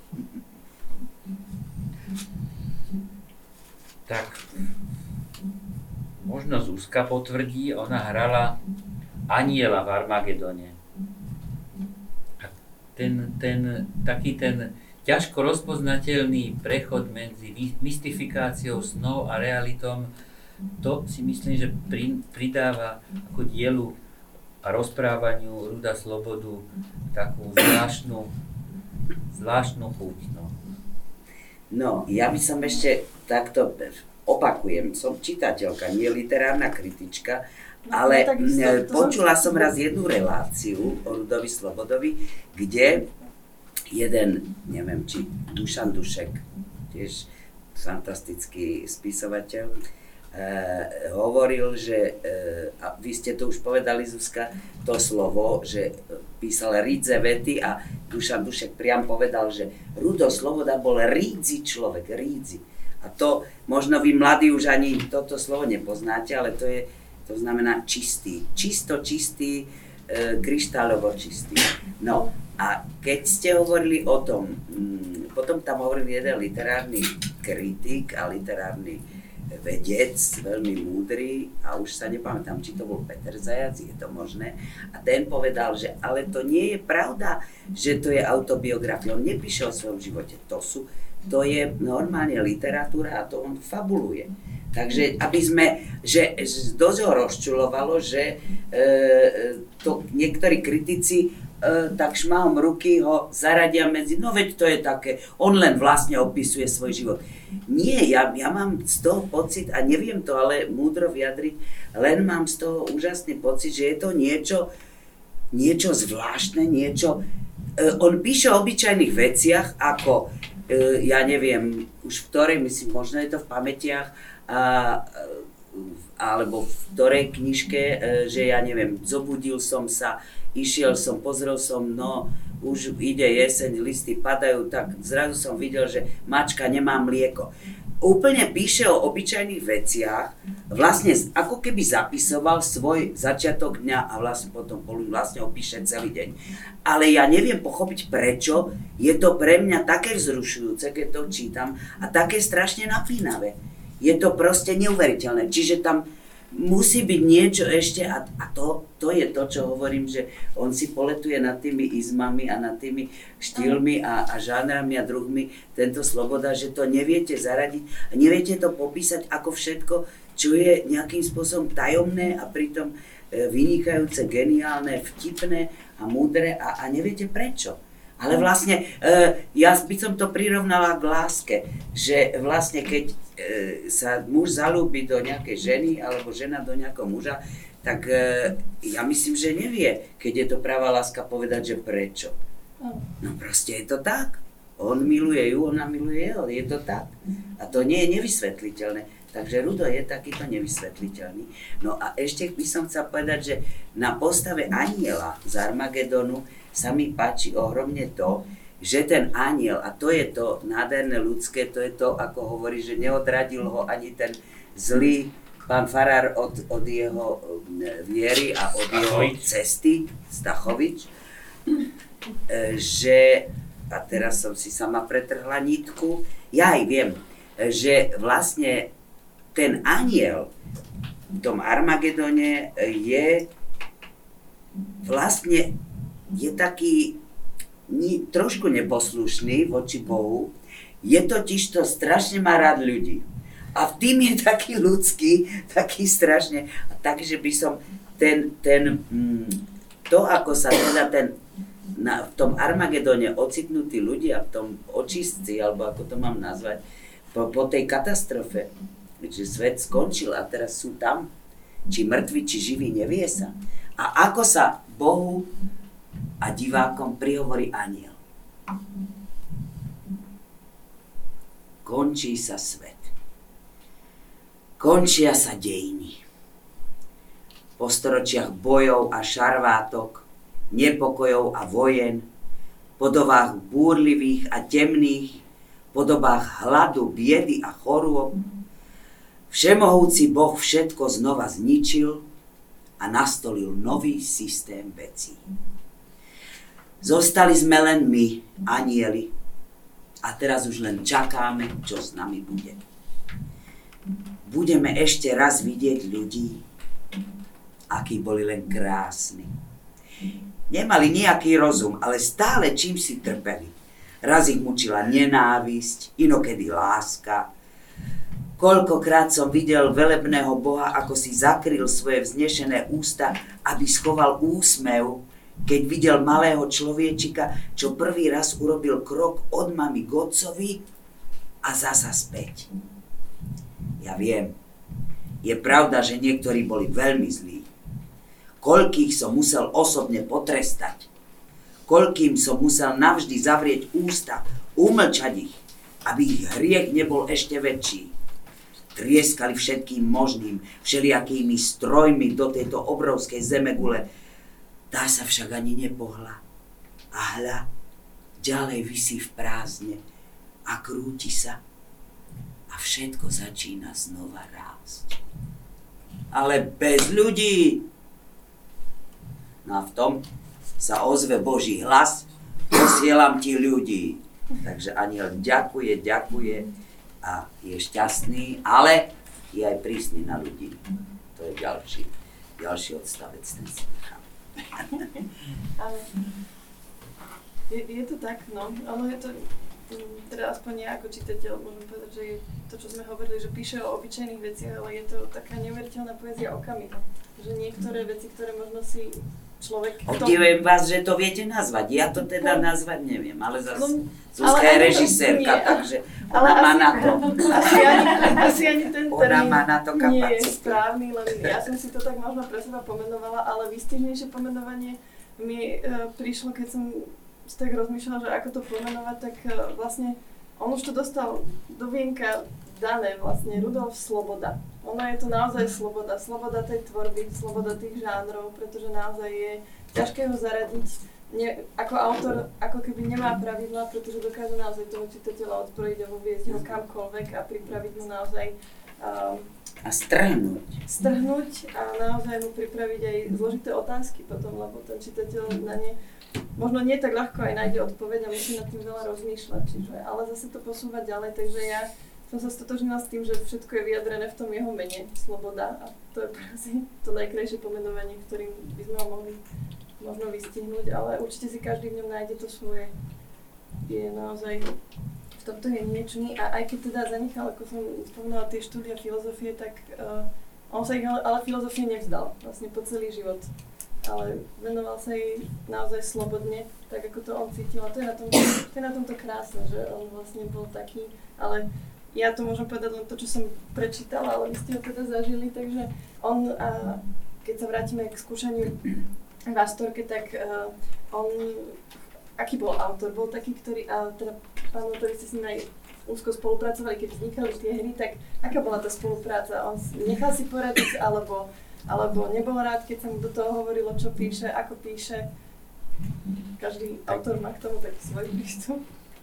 Tak, možno Zuzka potvrdí, ona hrala Aniela v Armagedone. Ten, ten, taký ten ťažko rozpoznateľný prechod medzi mystifikáciou snov a realitom, to si myslím, že pri, pridáva ako dielu a rozprávaniu Ruda Slobodu takú zvláštnu, zvláštnu chuť. No. no, ja by som ešte takto, opakujem, som čitateľka, nie literárna kritička, ale počula som raz jednu reláciu o Rudovi Slobodovi, kde jeden, neviem či Dušan Dušek, tiež fantastický spisovateľ, e, hovoril, že, e, a vy ste to už povedali, Zuzka, to slovo, že písal rídze vety a Dušan Dušek priam povedal, že Rudo Sloboda bol rídzi človek, rídzi. A to možno vy mladí už ani toto slovo nepoznáte, ale to je To znamená čistý, čisto čistý, e, kryštáľovo čistý. No a keď ste hovorili o tom, m, potom tam hovoril jeden literárny kritik a literárny vedec, veľmi múdry, a už sa nepamätám, či to bol Peter Zajac, je to možné, a ten povedal, že ale to nie je pravda, že to je autobiografia, on nepíše o svojom živote, to sú, to je normálne literatúra a to on fabuluje. Takže aby sme, že dosť ho rozčulovalo, že e, to niektorí kritici e, tak šmahom ruky ho zaradia medzi, no veď to je také, on len vlastne opisuje svoj život. Nie, ja, ja mám z toho pocit, a neviem to ale múdro vyjadriť, len mám z toho úžasný pocit, že je to niečo, niečo zvláštne, niečo, e, on píše o obyčajných veciach, ako, e, ja neviem, už v ktorej, myslím, možno je to v pamätiach, A, alebo v ktorej knižke, že ja neviem, zobudil som sa, išiel som, pozrel som, no už ide jeseň, listy padajú, tak zrazu som videl, že mačka nemá mlieko. Úplne píše o obyčajných veciach, vlastne ako keby zapisoval svoj začiatok dňa a vlastne potom vlastne opíše celý deň. Ale ja neviem pochopiť prečo, je to pre mňa také vzrušujúce, keď to čítam, a také strašne napínavé. Je to proste neuveriteľné. Čiže tam musí byť niečo ešte a, a to, to je to, čo hovorím, že on si poletuje nad tými izmami a nad tými štýlmi a, a žánrami a druhmi, tento Sloboda, že to neviete zaradiť a neviete to popísať ako všetko, čo je nejakým spôsobom tajomné a pritom e, vynikajúce, geniálne, vtipné a múdre a, a neviete prečo. Ale vlastne, e, ja by som to prirovnala k láske, že vlastne keď e, sa muž zaľúbi do nejakej ženy alebo žena do nejakého muža, tak e, ja myslím, že nevie, keď je to pravá láska, povedať, že prečo. No proste je to tak. On miluje ju, ona miluje jeho, je to tak. A to nie je nevysvetliteľné. Takže Rudo je takýto nevysvetliteľný. No a ešte by som chcel povedať, že na postave Aniela z Armagedonu sa mi páči ohromne to, že ten aniel, a to je to nádherné ľudské, to je to, ako hovorí, že neodradil ho ani ten zlý pán farár od, od jeho viery a od Stachovič. jeho cesty, Stachovič, že a teraz som si sama pretrhla nitku, ja aj viem, že vlastne ten anjel v tom Armagedone je vlastne je taký ni, trošku neposlušný voči Bohu, je totiž to strašne má rád ľudí. A v tým je taký ľudský, taký strašne, takže by som ten, ten to, ako sa teda ten na, v tom Armagedone ocitnutí ľudia, v tom očistci, alebo ako to mám nazvať, po, po tej katastrofe, že svet skončil a teraz sú tam, či mŕtvi, či živí, nevie sa. A ako sa Bohu a divákom prihovorí anjel. Končí sa svet. Končia sa dejiny. Po storočiach bojov a šarvátok, nepokojov a vojen, podobách búrlivých a temných, podobách hladu, biedy a chorôb, všemohúci Boh všetko znova zničil a nastolil nový systém vecí. Zostali sme len my, anjeli, a teraz už len čakáme, čo s nami bude. Budeme ešte raz vidieť ľudí, akí boli len krásni. Nemali nejaký rozum, ale stále čím si trpeli. Raz ich mučila nenávisť, inokedy láska. Koľkokrát som videl velebného Boha, ako si zakryl svoje vznešené ústa, aby schoval úsmev, keď videl malého človečika, čo prvý raz urobil krok od mami k otcovi a zasa späť. Ja viem, je pravda, že niektorí boli veľmi zlí. Koľkých som musel osobne potrestať. Koľkým som musel navždy zavrieť ústa, umlčať ich, aby ich hriech nebol ešte väčší. Trieskali všetkým možným, všelijakými strojmi do tejto obrovskej zemegule. Tá sa však ani nepohla. A hľa, ďalej visí v prázdne a krúti sa. A všetko začína znova rásť. Ale bez ľudí. No a v tom sa ozve Boží hlas, posielam ti ľudí. Takže aniel ďakuje, ďakuje a je šťastný, ale je aj prísny na ľudí. To je ďalší, ďalší odstavec, ten si nechám. Ale je, je to tak, no, ale je to, teda aspoň ja ako čitateľ môžem povedať, že je to, čo sme hovorili, že píše o obyčajných veciach, ale je to taká neuveriteľná poézia okamihu. Že niektoré veci, ktoré možno si človek... Obdivujem vás, že to viete nazvať. Ja to teda nazvať neviem, ale zase no, Zuzka je režisérka, nie, takže ona má na to. Asi ani, asi ani ten termín má na to nie je správny, len ja som si to tak možno pre seba pomenovala, ale výstižnejšie pomenovanie mi uh, prišlo, keď som si tak rozmýšľala, že ako to pomenovať, tak uh, vlastne on už to dostal do vienka dané vlastne Rudolf Sloboda. Ono je to naozaj sloboda, sloboda tej tvorby, sloboda tých žánrov, pretože naozaj je ťažké ho zaradiť. Ne, ako autor, ako keby nemá pravidlá, pretože dokáže naozaj toho čitateľa odpojiť a uviesť ho kamkoľvek a pripraviť mu naozaj um, a strhnúť. Strhnúť a naozaj mu pripraviť aj zložité otázky potom, lebo ten čitateľ na ne možno nie tak ľahko aj nájde odpoveď a musí nad tým veľa rozmýšľať, čiže, ale zase to posúvať ďalej, takže ja som sa stotožnila s tým, že všetko je vyjadrené v tom jeho mene, sloboda, a to je práve to najkrajšie pomenovanie, ktorým by sme ho mohli možno vystihnúť, ale určite si každý v ňom nájde to svoje. Je naozaj, v tomto je niečný a aj keď teda zanechal, ako som spomínala, tie štúdia filozofie, tak uh, on sa ich ale, ale filozofie nevzdal vlastne po celý život. Ale venoval sa jej naozaj slobodne, tak ako to on cítil. A to je na, tom, to je na tomto krásne, že on vlastne bol taký, ale ja to môžem povedať len to, čo som prečítala, ale vy ste ho teda zažili, takže on, a keď sa vrátime k skúšaniu v Astorke, tak uh, on, aký bol autor? Bol taký, ktorý, a teda pán autor, ste s ním aj úzko spolupracovali, keď vznikali tie hry, tak aká bola tá spolupráca? On nechal si poradiť, alebo alebo nebol rád, keď sa mu do toho hovorilo, čo píše, ako píše. Každý autor má k tomu taký svoj prístup.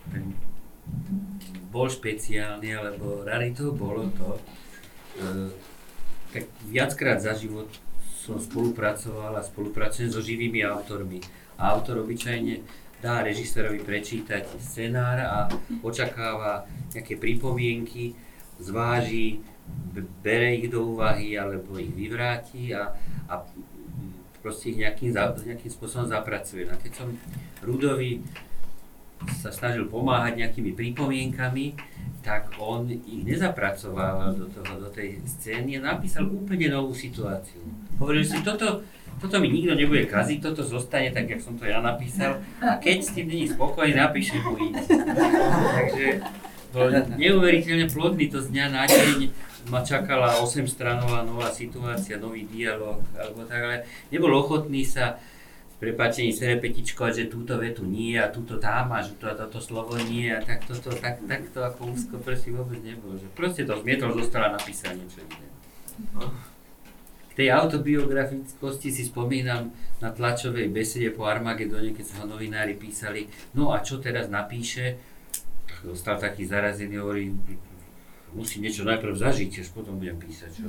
Bol špeciálny, alebo raritou bolo to. E, tak viackrát za život som spolupracoval a spolupracujem so živými autormi. A autor obyčajne dá režisérovi prečítať scenár a očakáva nejaké pripomienky, zváži, bere ich do úvahy alebo ich vyvráti a, a proste ich nejakým, nejakým spôsobom zapracuje. A keď som Rudovi sa snažil pomáhať nejakými pripomienkami, tak on ich nezapracoval do, toho, do tej scény a napísal úplne novú situáciu. Hovoril si, toto, toto mi nikto nebude kaziť, toto zostane tak, jak som to ja napísal a keď s tým není spokojný, napíšem mu iné. Takže bol neuveriteľne plodný, to z dňa na deň ma čakala osemstranová nová situácia, nový dialog, alebo tak, ale nebol ochotný sa prepáčení si repetičkovať, že túto vetu nie a túto tam a že to, toto slovo nie a tak toto, tak, tak to ako úzko prsi vôbec nebolo. Že proste to zmietol, zostala napísať niečo iné. K tej autobiografickosti si spomínam na tlačovej besede po Armagedone, keď sa ho novinári písali, no a čo teraz napíše, dostal taký zarazený, hovorí, musím niečo najprv zažiť, až potom budem písať. Čo?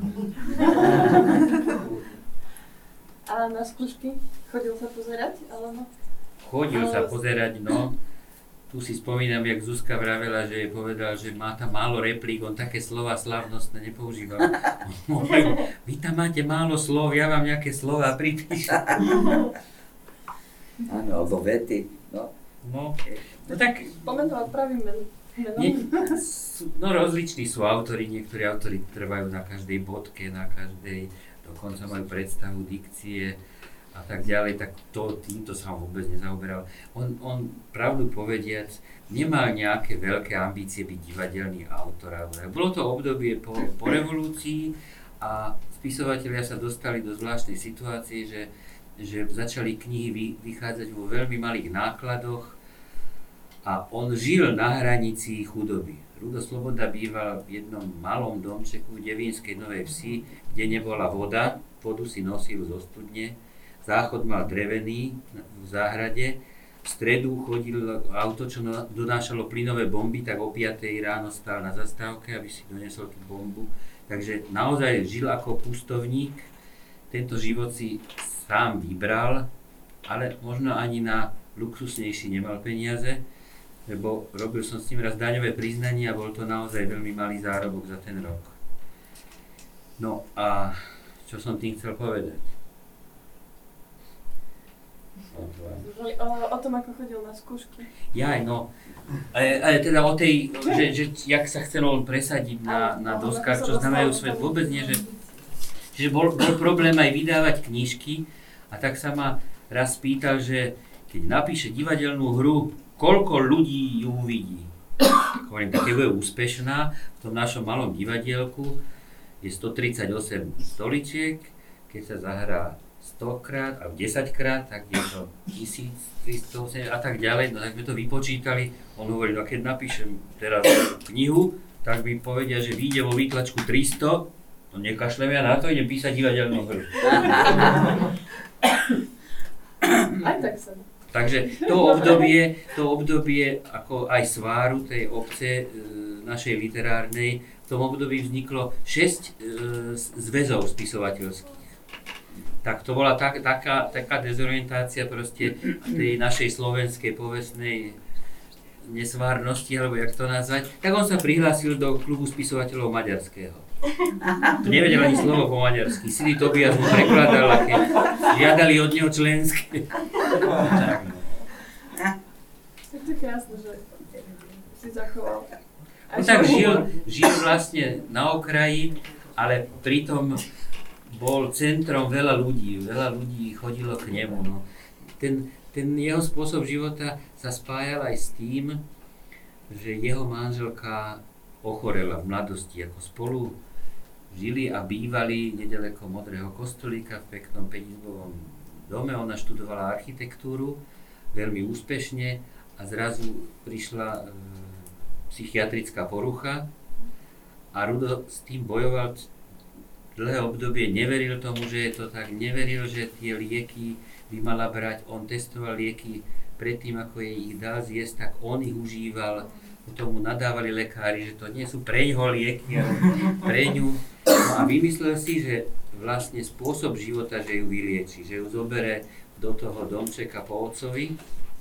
A na skúšky? Chodil sa pozerať? Alebo... Chodil ale... sa pozerať, no. Tu si spomínam, jak Zuzka vravela, že jej povedal, že má tam málo replík, on také slova slávnostné nepoužíval. Vy tam máte málo slov, ja vám nejaké slova pripíšem. Áno, alebo vety, no. No, no tak... Pomenoval pravým menom. Nie, sú, no rozliční sú autori, niektorí autori trvajú na každej bodke, na každej, dokonca majú predstavu dikcie a tak ďalej, tak to, týmto sa on vôbec nezaoberal. On, on pravdu povediac, nemal nejaké veľké ambície byť divadelný autor. Bolo to obdobie po, po revolúcii a spisovatelia sa dostali do zvláštnej situácie, že, že začali knihy vy, vychádzať vo veľmi malých nákladoch a on žil na hranici chudoby. Rudo Sloboda býval v jednom malom domčeku v Devínskej Novej Vsi, kde nebola voda, vodu si nosil zo studne, záchod mal drevený v záhrade, v stredu chodil auto, čo donášalo plynové bomby, tak o piatej ráno stál na zastávke, aby si donesol tú bombu. Takže naozaj žil ako pustovník, tento život si sám vybral, ale možno ani na luxusnejší nemal peniaze, lebo robil som s ním raz daňové priznanie a bol to naozaj veľmi malý zárobok za ten rok. No a čo som tým chcel povedať? O, o tom, ako chodil na skúšky. Jaj, no. Ale, ale teda o tej, že, že jak sa chcel on presadiť na, na doskách, čo znamenajú svet, vôbec nie, že, že bol, bol problém aj vydávať knižky a tak sa ma raz spýtal, že keď napíše divadelnú hru, koľko ľudí ju uvidí. Hovorím, tak keď bude úspešná, v tom našom malom divadielku je stotridsaťosem stoličiek, keď sa zahrá stokrát a desaťkrát, tak je to tisíctristoosemdesiat a tak ďalej, no tak sme to vypočítali. On hovorí, no keď napíšem teraz knihu, tak mi povedia, že vyjde vo výtlačku tristo, no nekašlem ja na to, idem písať divadelnú hru. Aj tak sa. Takže to obdobie, to obdobie ako aj sváru tej obce e, našej literárnej, v tom období vzniklo šesť e, zväzov spisovateľských. Tak to bola tak, taká, taká dezorientácia proste tej našej slovenskej povestnej nesvárnosti, alebo jak to nazvať. Tak on sa prihlásil do klubu spisovateľov maďarského. Nevedel ani slovo po maďarsky. Sili Tobias mu prekladal, keď žiadali od neho členské. Tak, no. Tak to je krásne, že si zachoval. No tak žil, žil vlastne na okraji, ale pritom bol centrom veľa ľudí. Veľa ľudí chodilo k nemu. No. Ten, ten jeho spôsob života sa spájal aj s tým, že jeho manželka ochorela v mladosti, ako spolu žili a bývali nedaleko Modrého kostolíka v peknom päťizbovom dome. Ona študovala architektúru veľmi úspešne a zrazu prišla e, psychiatrická porucha a Rudo s tým bojoval dlhé obdobie, neveril tomu, že je to tak, neveril, že tie lieky by mala brať. On testoval lieky predtým, ako jej ich dal zjesť, tak on ich užíval. Potom mu nadávali lekári, že to nie sú pre ňoho lieky, ale pre ňu. No a vymyslel si, že vlastne spôsob života, že ju vylieči, že ju zobere do toho domčeka po otcovi,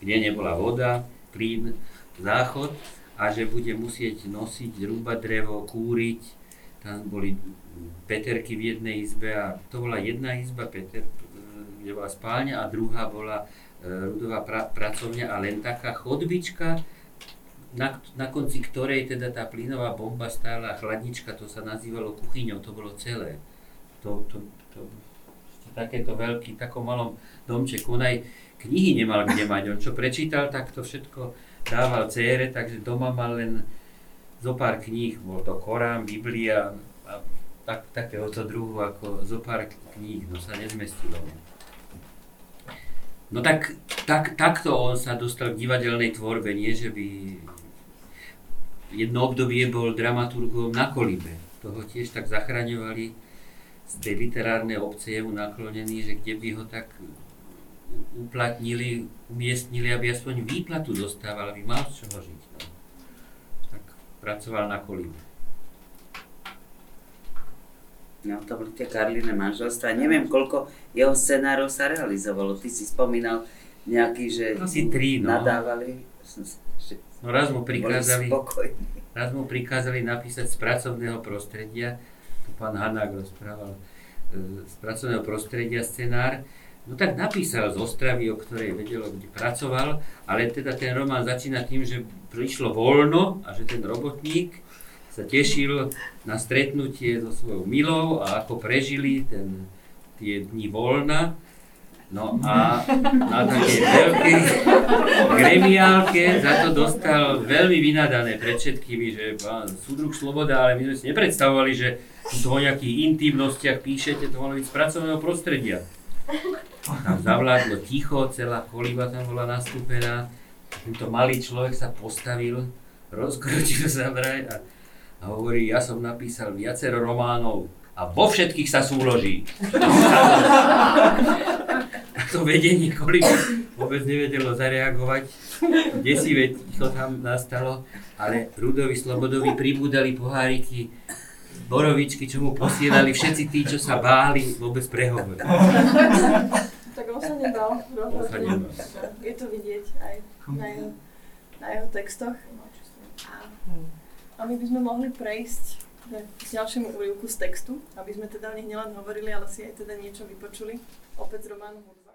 kde nebola voda, plyn, záchod a že bude musieť nosiť, rúbať drevo, kúriť. Tam boli Peterky v jednej izbe a to bola jedna izba, Peter, kde bola spálňa a druhá bola ľudová pra, pracovňa a len taká chodbička, na, na konci ktorej teda tá plynová bomba stála, chladnička, to sa nazývalo kuchyňou, to bolo celé. To, to, to, takéto veľký, takom malom domčeku. On aj knihy nemal kde mať, on čo prečítal, tak to všetko dával dcére, takže doma mal len zo pár kníh, bol to Korán, Biblia a tak, takéhoto druhu ako zo pár kníh, no sa nezmestilo. No tak, tak, takto on sa dostal k divadelnej tvorbe, nie že by jedno obdobie bol dramaturgom na Kolibe, toho tiež tak zachraňovali z tej literárnej obce jemu naklonený, že kde by ho tak uplatnili, umiestnili, aby aspoň výplatu dostával, aby mal z čoho žiť. No. Tak pracoval na Kolibe. No, to boli tie Karline manželstvá. Neviem, koľko jeho scenárov sa realizovalo. Ty si spomínal nejaký, že asi tri, no. Nadávali. No raz mu prikázali, raz mu prikázali napísať z pracovného prostredia, to pán Hanák rozprával, z pracovného prostredia scenár. No tak napísal z Ostravy, o ktorej vedelo, kde pracoval, ale teda ten román začína tým, že prišlo voľno a že ten robotník sa tešil na stretnutie so svojou milou a ako prežili ten, tie dni voľna. No a na takej veľkej gremiálke za to dostal veľmi vynadané pred všetkými, že pán súdruh Sloboda, ale my sme si nepredstavovali, že tu o nejakých intimnostiach píšete, to malo byť z pracovného prostredia. Tam zavládlo ticho, celá Koliba tam bola nastúpená. Tento malý človek sa postavil, rozkročil sa vraj a A hovorí, ja som napísal viacero románov a vo všetkých sa súloží. A to vedenie Koliby vôbec nevedelo zareagovať, desivé ticho tam nastalo, ale Rudovi Slobodovi pribúdali poháriky, borovičky, čo mu posielali všetci tí, čo sa báli vôbec prehovoriť. Tak on sa nedal. On sa nedal. Je to vidieť aj na jeho, na jeho textoch. A A my by sme mohli prejsť k ďalšiemu úryvku z textu, aby sme teda o nich nielen hovorili, ale si aj teda niečo vypočuli. Opäť z románu Hudba.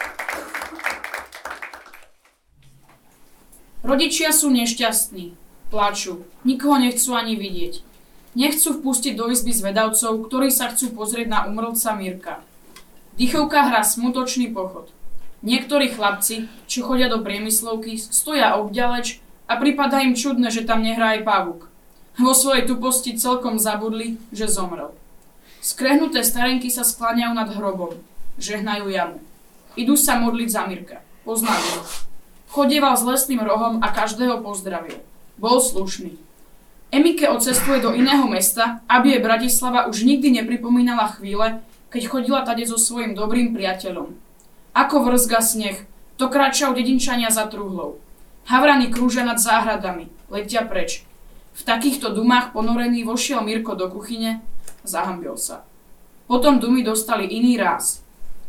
Rodičia sú nešťastní. Plačú. Nikoho nechcú ani vidieť. Nechcú vpustiť do izby zvedavcov, ktorí sa chcú pozrieť na umrlca Mirka. Dýchovka hrá smutočný pochod. Niektorí chlapci, čo chodia do priemyslovky, stoja obďaleč a pripadá im čudné, že tam nehrá aj pavúk. Vo svojej tuposti celkom zabudli, že zomrel. Skrehnuté starenky sa skláňajú nad hrobom. Žehnajú jamu. Idú sa modliť za Mirka. Poznajú ho. Chodieval s lesným rohom a každého pozdravil. Bol slušný. Emike odcestuje do iného mesta, aby jej Bratislava už nikdy nepripomínala chvíle, keď chodila tade so svojím dobrým priateľom. Ako vrzga sneh, to kráčajú dedinčania za truhlou. Havrany krúžia nad záhradami, letia preč. V takýchto dumách ponorený vošiel Mirko do kuchyne, zahambil sa. Potom dumy dostali iný ráz.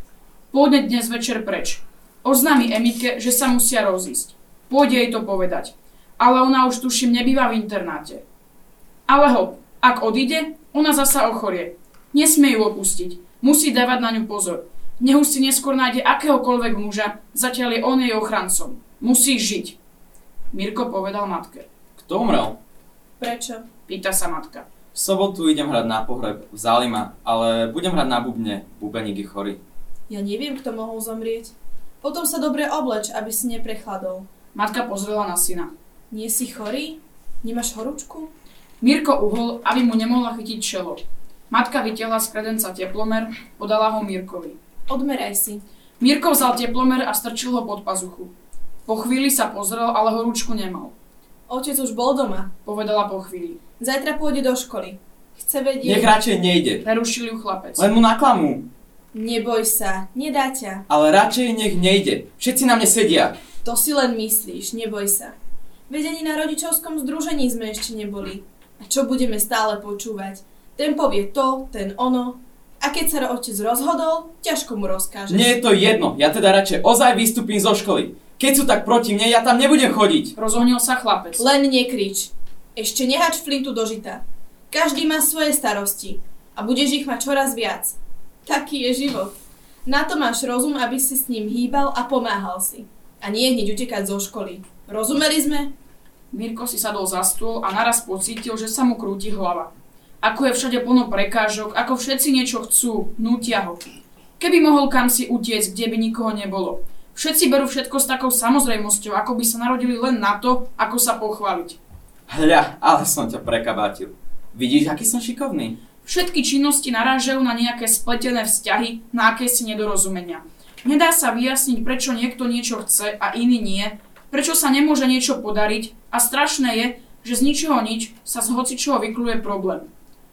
Pôjde dnes večer preč. Oznámi Emike, že sa musia rozísť. Pôjde jej to povedať. Ale ona už tuším nebýva v internáte. Ale hop, ak odíde, ona zasa ochorie. Nesmie ju opustiť. Musí dávať na ňu pozor. Nech už si neskôr nájde akéhokoľvek muža, zatiaľ je on jej ochrancom. Musí žiť. Mirko povedal matke. Kto umrel? Prečo? Pýta sa matka. V sobotu idem hrať na pohreb, vzali ma, ale budem hrať na bubne, bubeník je chorý. Ja neviem, kto mohol zomrieť. Potom sa dobre obleč, aby si neprechladol. Matka pozrela na syna. Nie si chorý? Nemáš horúčku? Mirko uhol, aby mu nemohla chytiť čelo. Matka vytiahla z kredenca teplomer, podala ho Mirkovi. Odmeraj si. Mirko vzal teplomer a strčil ho pod pazuchu. Po chvíli sa pozrel, ale horúčku nemal. Otec už bol doma. Povedala po chvíli. Zajtra pôjde do školy. Chce vedieť... Nech radšej nejde. Prerušil ju chlapec. Len mu naklamú. Neboj sa, nedá ťa. Ale radšej nech nejde. Všetci na mne sedia. To si len myslíš, neboj sa. Veď ani na rodičovskom združení sme ešte neboli. A čo budeme stále počúvať? Ten povie to, ten ono. A keď sa otec rozhodol, ťažko mu rozkážeš. Nie je to jedno. Ja teda radšej ozaj vystúpim zo školy. Keď sú tak proti mne, ja tam nebudem chodiť. Rozohnil sa chlapec. Len nekrič. Ešte nehač flintu do žita. Každý má svoje starosti. A budeš ich mať čoraz viac. Taký je život. Na to máš rozum, aby si s ním hýbal a pomáhal si. A nie hneď utekať zo školy. Rozumeli sme? Mirko si sadol za stôl a naraz pocítil, že sa mu krúti hlava. Ako je všade plno prekážok, ako všetci niečo chcú, nútia ho. Keby mohol kam si utiecť, kde by nikoho nebolo. Všetci berú všetko s takou samozrejmosťou, ako by sa narodili len na to, ako sa pochváliť. Hľa, ale som ťa prekabátil. Vidíš, aký som šikovný? Všetky činnosti narážajú na nejaké spletené vzťahy, na akési nedorozumenia. Nedá sa vyjasniť, prečo niekto niečo chce a iný nie, prečo sa nemôže niečo podariť a strašné je, že z ničoho nič sa z hocičoho vykluje problém.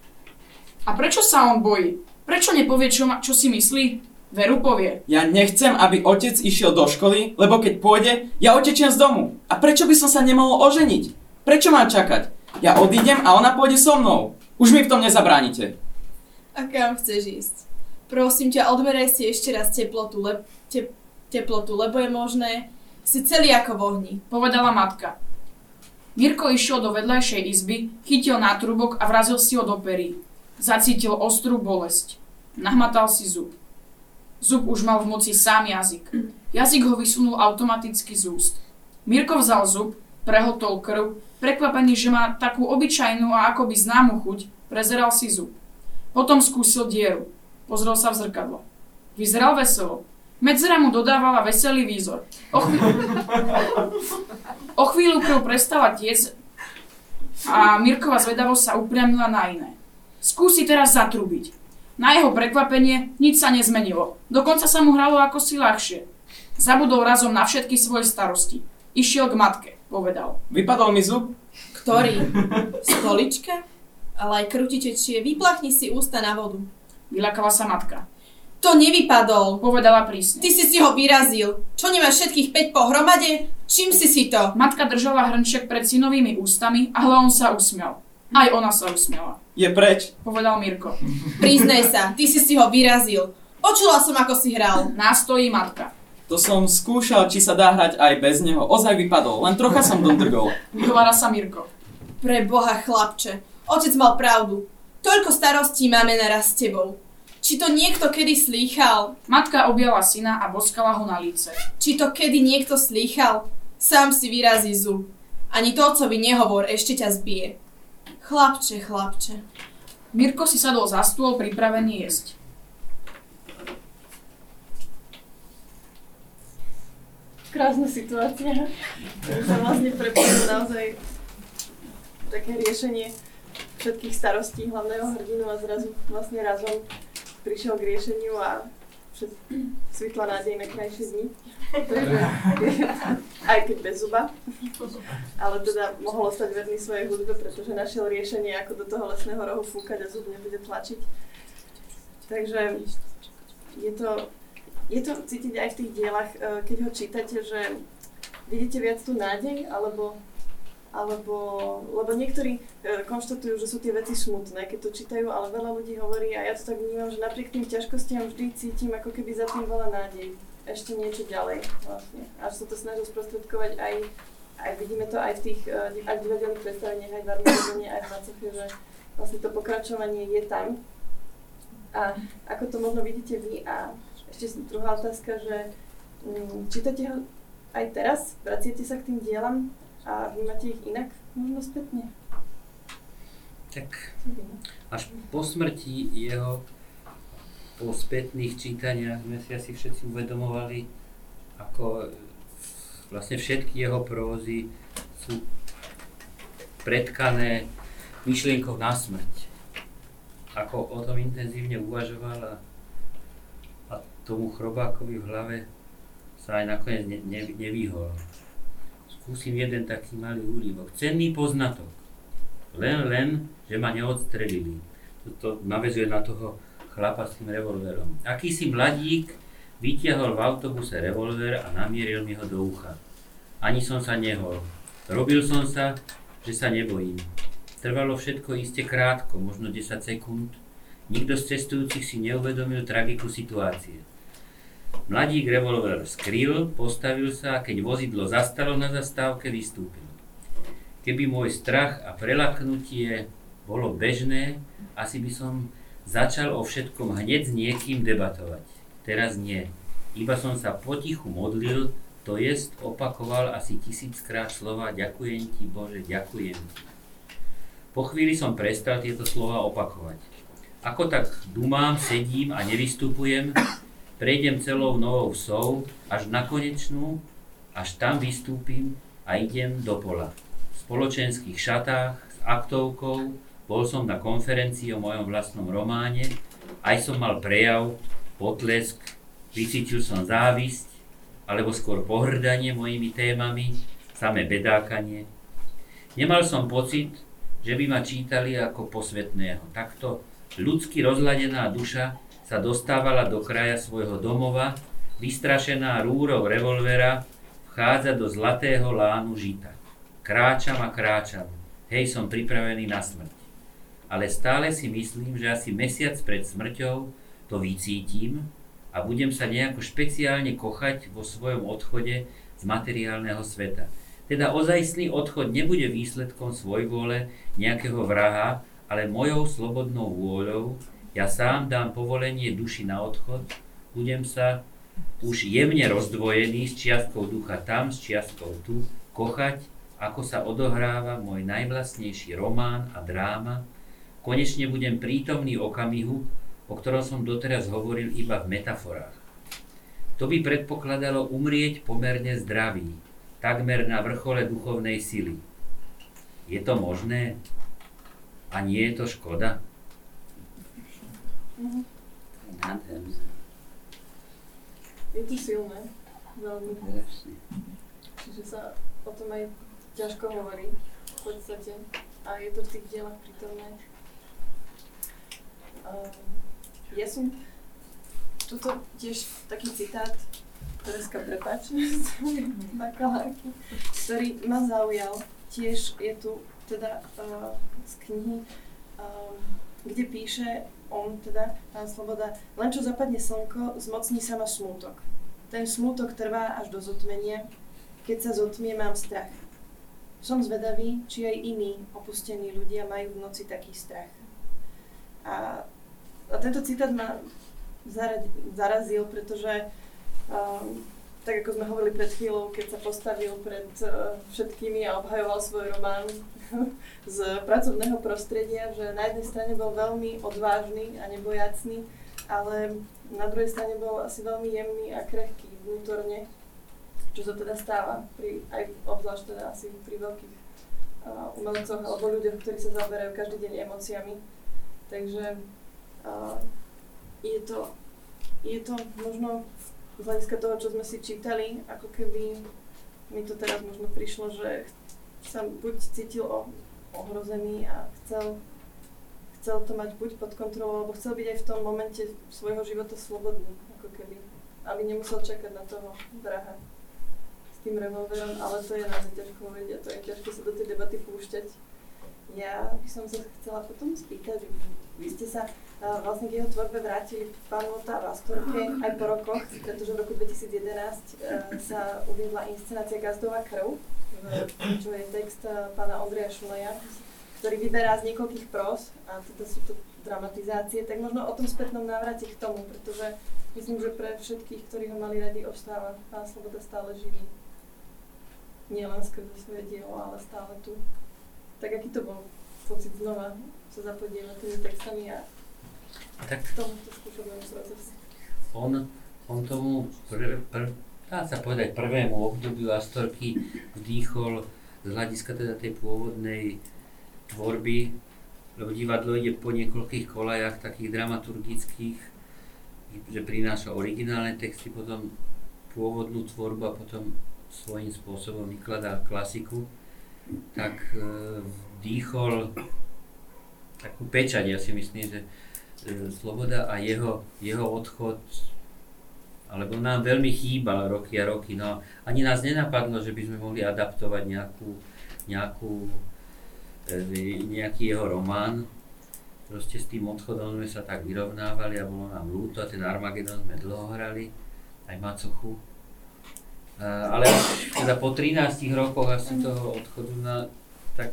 A prečo sa on bojí? Prečo nepovie, čo, ma, čo si myslí? Veru povie. Ja nechcem, aby otec išiel do školy, lebo keď pôjde, ja utečiem z domu. A prečo by som sa nemohol oženiť? Prečo mám čakať? Ja odídem a ona pôjde so mnou. Už mi v tom nezabránite. A kam chceš ísť? Prosím ťa, odmeraj si ešte raz teplotu, le- te- teplotu, lebo je možné, si celý ako v ohni. Povedala matka. Mirko išiel do vedľajšej izby, chytil nátrubok a vrazil si ho do perí. Zacítil ostrú bolesť. Nahmatal si zub. Zub už mal v moci sám jazyk. Jazyk ho vysunul automaticky z úst. Mirko vzal zub, prehltol krv, prekvapený, že má takú obyčajnú a akoby známu chuť, prezeral si zub. Potom skúsil dieru. Pozrel sa v zrkadlo. Vyzeral veselo. Medzera mu dodávala veselý výzor. O, chví... o chvíľu krv prestala tiec a Mirkova zvedavosť sa upriamila na iné. Skúsi teraz zatrubiť. Na jeho prekvapenie nič sa nezmenilo. Dokonca sa mu hralo ako si ľahšie. Zabudol razom na všetky svoje starosti. Išiel k matke, povedal. Vypadol mi zub? Ktorý? Stolička? Ale aj krv ti tečie, vyplachni si ústa na vodu. Vyľakala sa matka. To nevypadol, Povedala prísne. Ty si si ho vyrazil. Čo nemáš všetkých päť pohromade? Čím si si to? Matka držala hrnček pred synovými ústami a on sa usmial. Aj ona sa usmiala. Je preč. Povedal Mirko. Priznaj sa, ty si si ho vyrazil. Počula som, ako si hral. Nástojí matka. To som skúšal, či sa dá hrať aj bez neho. Ozaj vypadol, len trocha som dodrgol. Vyhovára sa Mirko. Pre Boha, chlapče. Otec mal pravdu. Toľko starostí máme naraz s tebou. Či to niekto kedy slýchal? Matka objala syna a boskala ho na líce. Či to kedy niekto slýchal? Sám si vyrazí zub. Ani to otcovi nehovor, ešte ťa zbije. Chlapče, chlapče. Mirko si sadol za stôl, pripravený jesť. Krásna situácia. Sa vlastne prepojilo naozaj také riešenie všetkých starostí hlavného hrdinu a zrazu vlastne razom prišiel k riešeniu a všet... svitla nádej na krajšie dni. Aj keď bez zuba. Ale teda mohol ostať verný svojej hudbe, pretože našiel riešenie, ako do toho lesného rohu fúkať a zub nebude tlačiť. Takže je to, je to cítiť aj v tých dielach, keď ho čítate, že vidíte viac tú nádej, alebo, alebo lebo niektorí konštatujú, že sú tie veci smutné, keď to čítajú, ale veľa ľudí hovorí, a ja to tak vnímam, že napriek tým ťažkostiam vždy cítim, ako keby za tým bola nádej. Ešte niečo ďalej vlastne. Až sa to snažil sprostredkovať aj, aj vidíme to aj v tých aj v divadelných predstaveniach, aj v Armagedone, aj v Macoche, že vlastne to pokračovanie je tam. A ako to možno vidíte vy? A ešte druhá otázka, že um, čítate ho aj teraz? Vraciete sa k tým dielam a vnímate ich inak možno spätne? Tak až po smrti jeho, po spätných čítaniach sme si asi všetci uvedomovali, ako vlastne všetky jeho prózy sú pretkané myšlienkou na smrť. Ako o tom intenzívne uvažoval a, a tomu chrobákovi v hlave sa aj nakoniec ne, ne, nevyhol. Skúsim jeden taký malý úryvok. Cenný poznatok. Len, len, že ma neodstrelili. To naväzuje na toho chlapa s tým revolverom. Akýsi mladík vytiahol v autobuse revolver a namieril mi ho do ucha. Ani som sa nehol. Robil som sa, že sa nebojím. Trvalo všetko iste krátko, možno desať sekúnd. Nikto z cestujúcich si neuvedomil tragiku situácie. Mladík revolver skryl, postavil sa a keď vozidlo zastalo na zastávke, vystúpil. Keby môj strach a prelaknutie bolo bežné, asi by som začal o všetkom hneď s niekým debatovať. Teraz nie. Iba som sa potichu modlil, to jest opakoval asi tisíckrát slova ďakujem ti Bože, ďakujem ti. Po chvíli som prestal tieto slova opakovať. Ako tak dumám, sedím a nevystupujem, prejdem celou novou vsou až na konečnú, až tam vystúpim a idem do pola. V spoločenských šatách, s aktovkou, bol som na konferencii o mojom vlastnom románe, aj som mal prejav, potlesk, vycítil som závisť, alebo skôr pohrdanie mojimi témami, samé bedákanie. Nemal som pocit, že by ma čítali ako posvetného. Takto ľudsky rozladená duša sa dostávala do kraja svojho domova, vystrašená rúrou revolvera, vchádza do zlatého lánu žita. Kráčam a kráčam, hej, som pripravený na smrť. Ale stále si myslím, že asi mesiac pred smrťou to vycítim a budem sa nejako špeciálne kochať vo svojom odchode z materiálneho sveta. Teda ozajstný odchod nebude výsledkom svojvôle nejakého vraha, ale mojou slobodnou vôľou. Ja sám dám povolenie duši na odchod, budem sa už jemne rozdvojený s čiastkou ducha tam, s čiastkou tu, kochať, ako sa odohráva môj najvlastnejší román a dráma. Konečne budem prítomný okamihu, o ktorom som doteraz hovoril iba v metaforách. To by predpokladalo umrieť pomerne zdravý, takmer na vrchole duchovnej sily. Je to možné? A nie je to škoda? Mhm. Je to silné, veľmi. Čiže sa o tom aj ťažko hovorí v podstate a je to v tých dielach prítomné. Uh, ja som tuto tiež taký citát, Tereska, prepáč, bakalárky, ktorý ma zaujal. Tiež je tu teda uh, z knihy, uh, kde píše on, teda pán Sloboda, len čo zapadne slnko, zmocní sa ma smútok. Ten smútok trvá až do zotmenia, keď sa zotmie, mám strach. Som zvedavý, či aj iní opustení ľudia majú v noci taký strach. A, a tento citát ma zarad, zarazil, pretože um, tak ako sme hovorili pred chvíľou, keď sa postavil pred uh, všetkými a obhajoval svoj román z pracovného prostredia, že na jednej strane bol veľmi odvážny a nebojacný, ale na druhej strane bol asi veľmi jemný a krehký vnútorne, čo sa teda stáva, pri, aj obzvlášť teda asi pri veľkých uh, umelcoch alebo ľuďoch, ktorí sa zaoberajú každý deň emóciami. Takže uh, je to, je to možno z hľadiska toho, čo sme si čítali, ako keby mi to teraz možno prišlo, že sa buď cítil o, ohrozený a chcel, chcel to mať buď pod kontrolou, alebo chcel byť aj v tom momente svojho života slobodný, ako keby, aby nemusel čakať na toho vraha s tým revolverom, ale to je naozaj ťažko hovoriť a to je ťažké sa do tej debaty púšťať. Ja by som sa chcela potom spýtať, vy ste sa uh, vlastne k jeho tvorbe vrátili Pán Vlta v Astorke aj po rokoch, pretože v roku dvetisíc jedenásť uh, sa uviedla inscenácia Gazdová krv, čo je text uh, pána Ondreja Šuleja, ktorý vyberá z niekoľkých prós a teda sú to dramatizácie, tak možno o tom spätnom návrate k tomu, pretože myslím, že pre všetkých, ktorí ho mali radi, ostáva Pán Sloboda stále živý. Nie len skrze svoje dielo, ale stále tu. Tak aký to bol pocit znova sa zapodievať tými textami a tak k tomuto skúšobnému procesu? On, on tomu, pr, pr, dá sa povedať, prvému obdobiu Astorky vdýchol z hľadiska teda tej pôvodnej tvorby, lebo divadlo ide po niekoľkých kolajach takých dramaturgických, že prináša originálne texty, potom pôvodnú tvorbu a potom svojím spôsobom vykladá klasiku, tak e, vdýchol takú pečať, ja si myslím, že e, Sloboda a jeho, jeho odchod, alebo nám veľmi chýbal roky a roky, no ani nás nenapadlo, že by sme mohli adaptovať nejakú, nejakú, e, nejaký jeho román. Proste s tým odchodom sme sa tak vyrovnávali a bolo nám ľúto a ten Armagedon sme dlho hrali, aj Macochu. Uh, ale teda po trinástich rokoch asi toho odchodu na, tak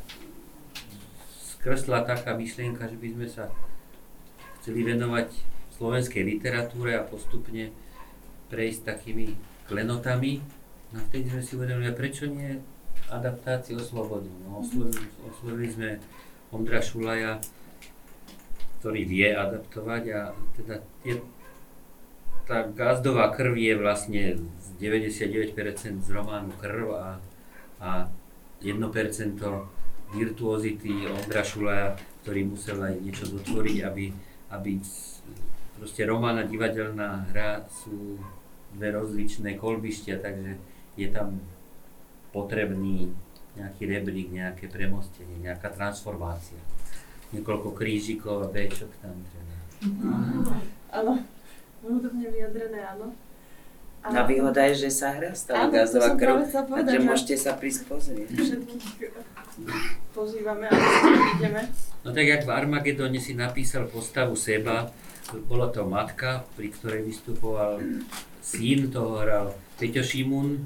skrsla taká myšlienka, že by sme sa chceli venovať slovenskej literatúre a postupne prejsť takými klenotami. No vtedy sme si uvedomili, prečo nie adaptáciu o Slobodu. No, oslovili, oslovili sme Ondra Šulaja, ktorý vie adaptovať a teda je, tá Gazdová krv je vlastne z deväťdesiatdeväť percent z románu Krv a, a jedno percento virtuozity Ondra Šulaja, ktorý musel aj niečo dotvoriť, aby, aby proste román a divadelná hra sú dve rozličné kolbištia, takže je tam potrebný nejaký rebrík, nejaké premostenie, nejaká transformácia. Niekoľko krížikov a béčok tam treba. Áno, hudobne vyjadrené, áno. A no výhoda je, že sa hrá stále Gazdová krv, takže môžete sa prísť pozrieť. Všetkých pozývame a ideme. No tak jak v Armagedone si napísal postavu seba, bola to matka, pri ktorej vystupoval syn, toho hral Peťo Šimun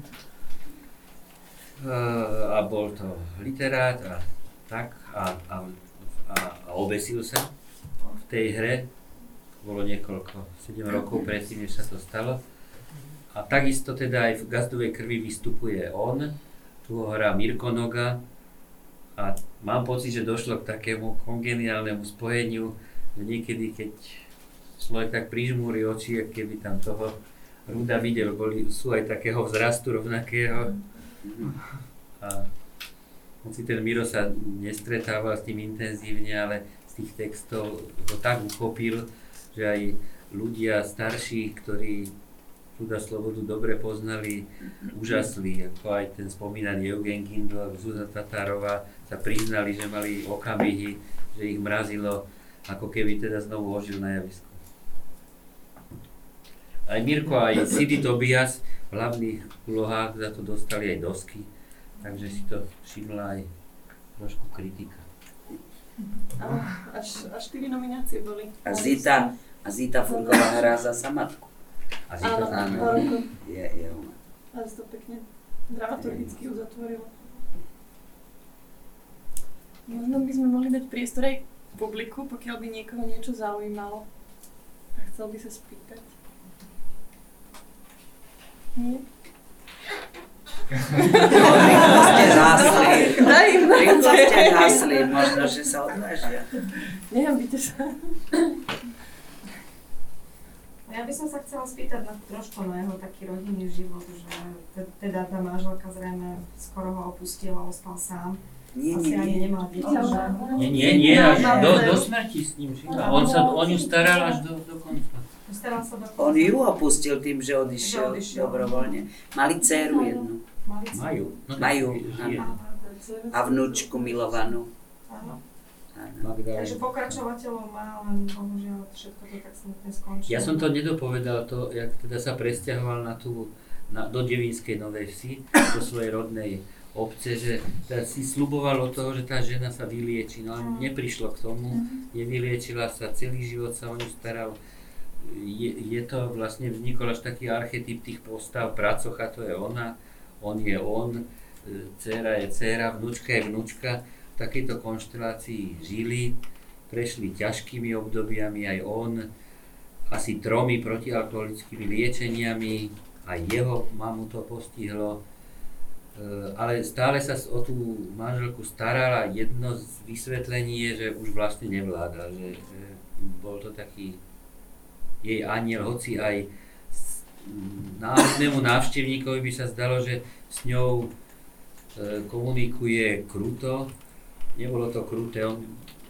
a bol to literát a tak a, a, a, a obesil sa v tej hre. Bolo niekoľko, sedem rokov predtým, než sa to stalo. A takisto teda aj v Gazdovej krvi vystupuje on, tu ho hrá Mirko Noga a mám pocit, že došlo k takému kongeniálnemu spojeniu, že niekedy, keď človek tak prižmúri oči, keby tam toho Ruda videl, boli, sú aj takého vzrastu rovnakého. A hoci ten Miro sa nestretával s tým intenzívne, ale z tých textov ho tak uchopil, že aj ľudia starší, ktorí Ruda Slobodu dobre poznali, úžasli, ako aj ten spomínaný Eugen Kindl, Zuzana Tatárová sa priznali, že mali okamihy, že ich mrazilo, ako keby teda znovu ožil na javisku. Aj Mirko, aj Sidi Tobias v hlavných úlohách za to dostali aj dosky, takže si to všimla aj trošku kritika. A až, až štyri nominácie boli. A Zita, a Zita Furgová hrá za Samatku. A Zita, áno, áno, je, je ona. Ale to pekne dramaturgicky uzatvorilo. Možno by sme mohli dať priestor aj publiku, pokiaľ by niekoho niečo zaujímalo a chcel by sa spýtať. Rýchlo ste zhasli. Rýchlo ste zhasli, možno, že sa odvážia. Nehambite sa. Ja by som sa chcela spýtať na trošku na jeho taký rodinný život, že te- teda tá manželka zrejme skoro ho opustila, ostal sám. Nie, Asi nie, ani nie. nemá deti, že? Nie, nie, nie, až do, do smrti s ním žil. A on sa o ňu staral až do, do konca. Staral sa do On ju opustil tým, že odišiel Že odišiel. dobrovoľne. Mali dceru jednu. Mali sa. Majú. No, Majú, žije. áno. A vnúčku milovanú. Áno. Áno. Magdalena. Takže pokračovateľov má, len bohužiaľ všetko to tak smutne skončilo. Ja som to nedopovedal, to, jak teda sa presťahoval na tú, na, do Devínskej Novej Vsi, do svojej rodnej obce, že teda si sluboval od toho, že tá žena sa vylieči, no a neprišlo k tomu, nevyliečila sa, celý život sa o ňu staral. Je, je to vlastne, vznikol až taký archetyp tých postav, pracocha to je ona, on je on, e, dcéra je dcéra, vnúčka je vnúčka. V takejto konštelácii žili, prešli ťažkými obdobiami aj on, asi tromi protialkoholickými liečeniami, aj jeho mamu to postihlo, e, ale stále sa o tú manželku starala. Jedno z vysvetlení je, že už vlastne nevláda, že, že bol to taký jej aniel, hoci aj náhodnému návštevníkovi by sa zdalo, že s ňou e, komunikuje kruto. Nebolo to kruté, on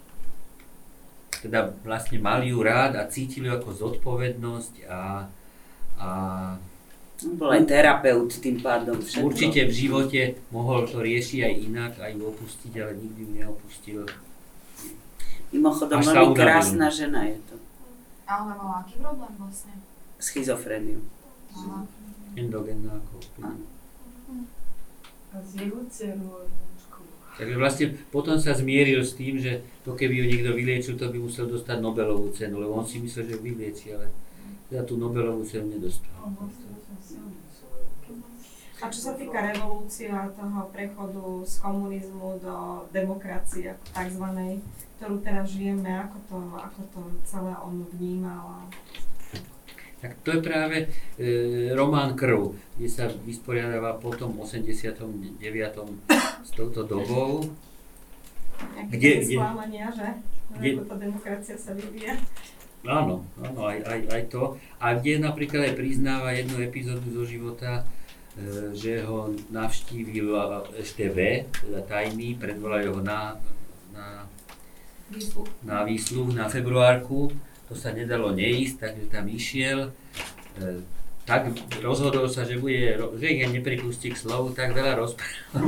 teda vlastne mal ju rád a cítil ju ako zodpovednosť a, a On bol aj terapeut tým pádom. Všetko. určite v živote mohol to riešiť aj inak, aj ju opustiť, ale nikdy ju neopustil. Mimochodom, Až sa veľmi unabil. krásna žena je to. Ale mala aký problém vlastne? Schizofréniu. Mala. Endogenná ako. Áno. A z jeho dceru. Takže vlastne potom sa zmieril s tým, že to keby ju niekto vyliečil, to by musel dostať Nobelovú cenu, lebo on si myslel, že vylieči, ale teda tú Nobelovú cenu nedostal. A čo sa týka revolúcie a toho prechodu z komunizmu do demokracie ako takzvanej, ktorú teraz žijeme, ako to, ako to celé on vnímal? A... Tak to je práve e, román Krv, kde sa vysporiadáva potom v osemdesiatom deviatom s touto dobou. Nejaké Kde- také kde- sklamania, že? kde- Ako tá demokracia sa vyvíja. Áno, áno, aj, aj, aj to. A kde napríklad aj priznáva jednu epizódu zo života, e, že ho navštívil es té vé, teda tajný, predvolali ho na, na, Výsluh. na výsluh, na februárku. To sa nedalo neísť, takže tam išiel. E, tak rozhodol sa, že, bude, že ich nepripustí k slovu, tak veľa rozprával.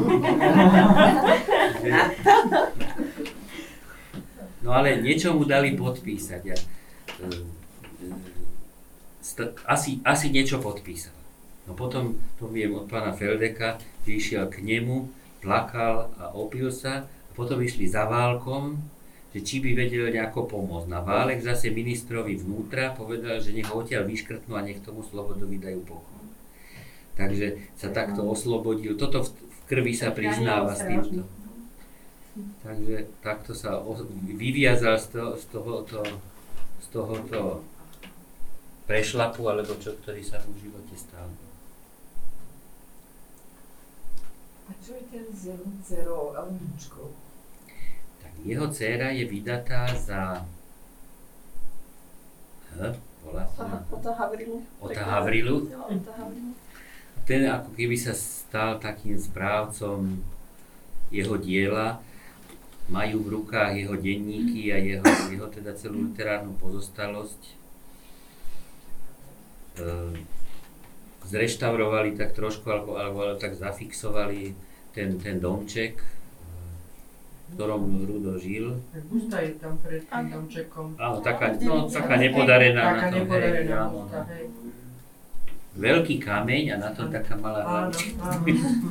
No ale niečo mu dali podpísať. A, e, e, st- asi, asi niečo podpísal. No potom, to viem od pána Feldeka, že išiel k nemu, plakal a opil sa. A potom išli za Válkom, že či by vedel nejako pomôcť. Na Válek zase ministrovi vnútra povedal, že nech ho odtiaľ vyškrtnú a nech tomu Slobodovi dajú pokoj. Takže sa takto oslobodil. Toto v, v krvi sa priznáva s týmto. Takže takto sa o, vyviazal z, to, z tohoto, z tohoto prešlapu, alebo čo, ktorý sa mu v živote stal. A čo je ten s jeho dcerou a vnúčkou? Tak jeho dcéra je vydatá za... H, volá sa? Ota Havrilu. Ota Havrilu. Ota Havrilu. Ten ako keby sa stal takým správcom jeho diela. Majú v rukách jeho denníky a jeho, jeho teda celú literárnu pozostalosť. E, zreštaurovali tak trošku, alebo, alebo, alebo tak zafixovali ten, ten domček, v ktorom Rudo žil. Tak Gusta je tam pred tým domčekom. Áno, taká, no, taká nepodarená Taká na tom, hej, nepodarená áno, Gusta, no. hej. Veľký kameň a na tom taká malá Áno, hlavička. áno.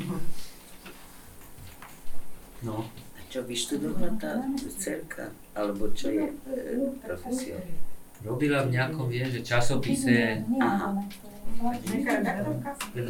A No. čo vyštudovala tá dcerka? Alebo čo je e, profesia? Robila v nejakom, vie, že časopise. Aha. Nejaká redaktorka?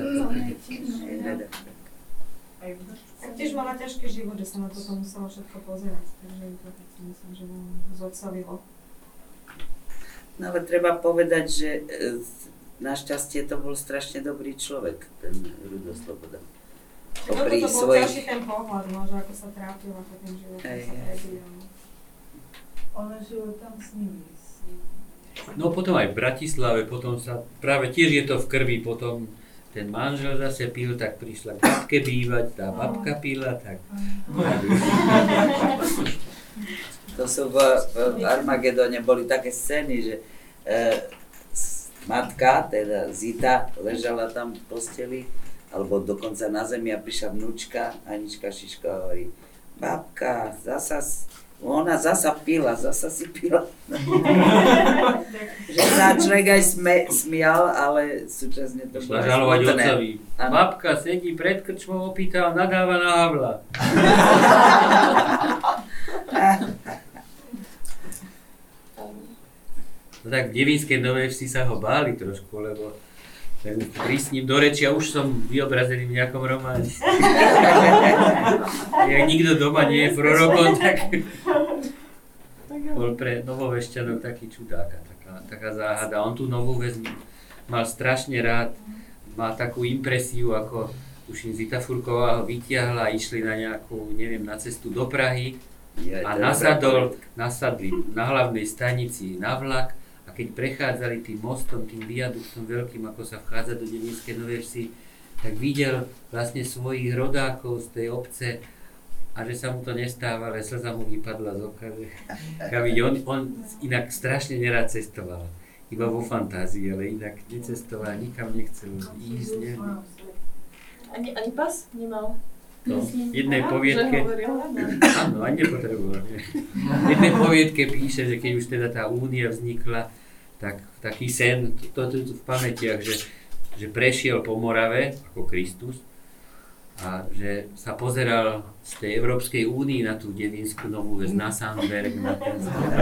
Tak tiež mala ťažký život, že sa na toto muselo všetko pozerať, takže to tak si myslím, že mu zodstavilo. No ale treba povedať, že e, našťastie to bol strašne dobrý človek, ten Rudo Sloboda. Lebo Popri to bol svojich... ďalší ten pohľad, no, že ako sa trápil, ako ten život Hej, sa hej. prebíjal. Ona žila tam s nimi. No potom aj v Bratislave, potom sa, práve tiež je to v krvi, potom ten manžel zase pil, tak prišla k babke bývať, tá babka pila, tak... To sú v, v Armagedone boli také scény, že e, matka, teda Zita, ležala tam v posteli, alebo dokonca na zemi a prišla vnúčka, Anička Šiško hovorí, babka, zasa, ona zasa pila, zasa si pila. Že sa človek aj sme, smial, ale súčasne to bolo Šla žalovať smutné. otcovi. Babka sedí pred krčmou, opýta, nadáva na Havla. No tak v Devínskej Novej Vsi sa ho báli trošku, lebo ten prísť s ním do reči a už som vyobrazený v nejakom románe. Jak nikto doma nie je prorokom, tak bol pre Novovešťanov taký čudáka, taká, taká záhada. On tú Novú Ves mal strašne rád, má takú impresiu, ako už Zita Furková ho vytiahla a išli na nejakú, neviem, na cestu do Prahy a nasadol, nasadli na hlavnej stanici na vlak. A keď prechádzali tým mostom, tým viaduktom veľkým, ako sa vchádza do Devínskej Novej Vsi, tak videl vlastne svojich rodákov z tej obce a že sa mu to nestáva, ale slza mu vypadla z oka. On, on inak strašne nerád cestoval, iba vo fantázii, ale inak necestoval, nikam nechcel ísť. Ne? Ani, ani pas nemal? No, v jednej poviedke, Že hovoril? áno, ani nepotreboval. Nie. V jednej poviedke píše, že keď už teda tá únia vznikla, tak taký sen, to tu v pamätiach, že, že prešiel po Morave ako Kristus a že sa pozeral z tej Európskej únii na tú Devínsku Novú Ves, na Sandberg, na ten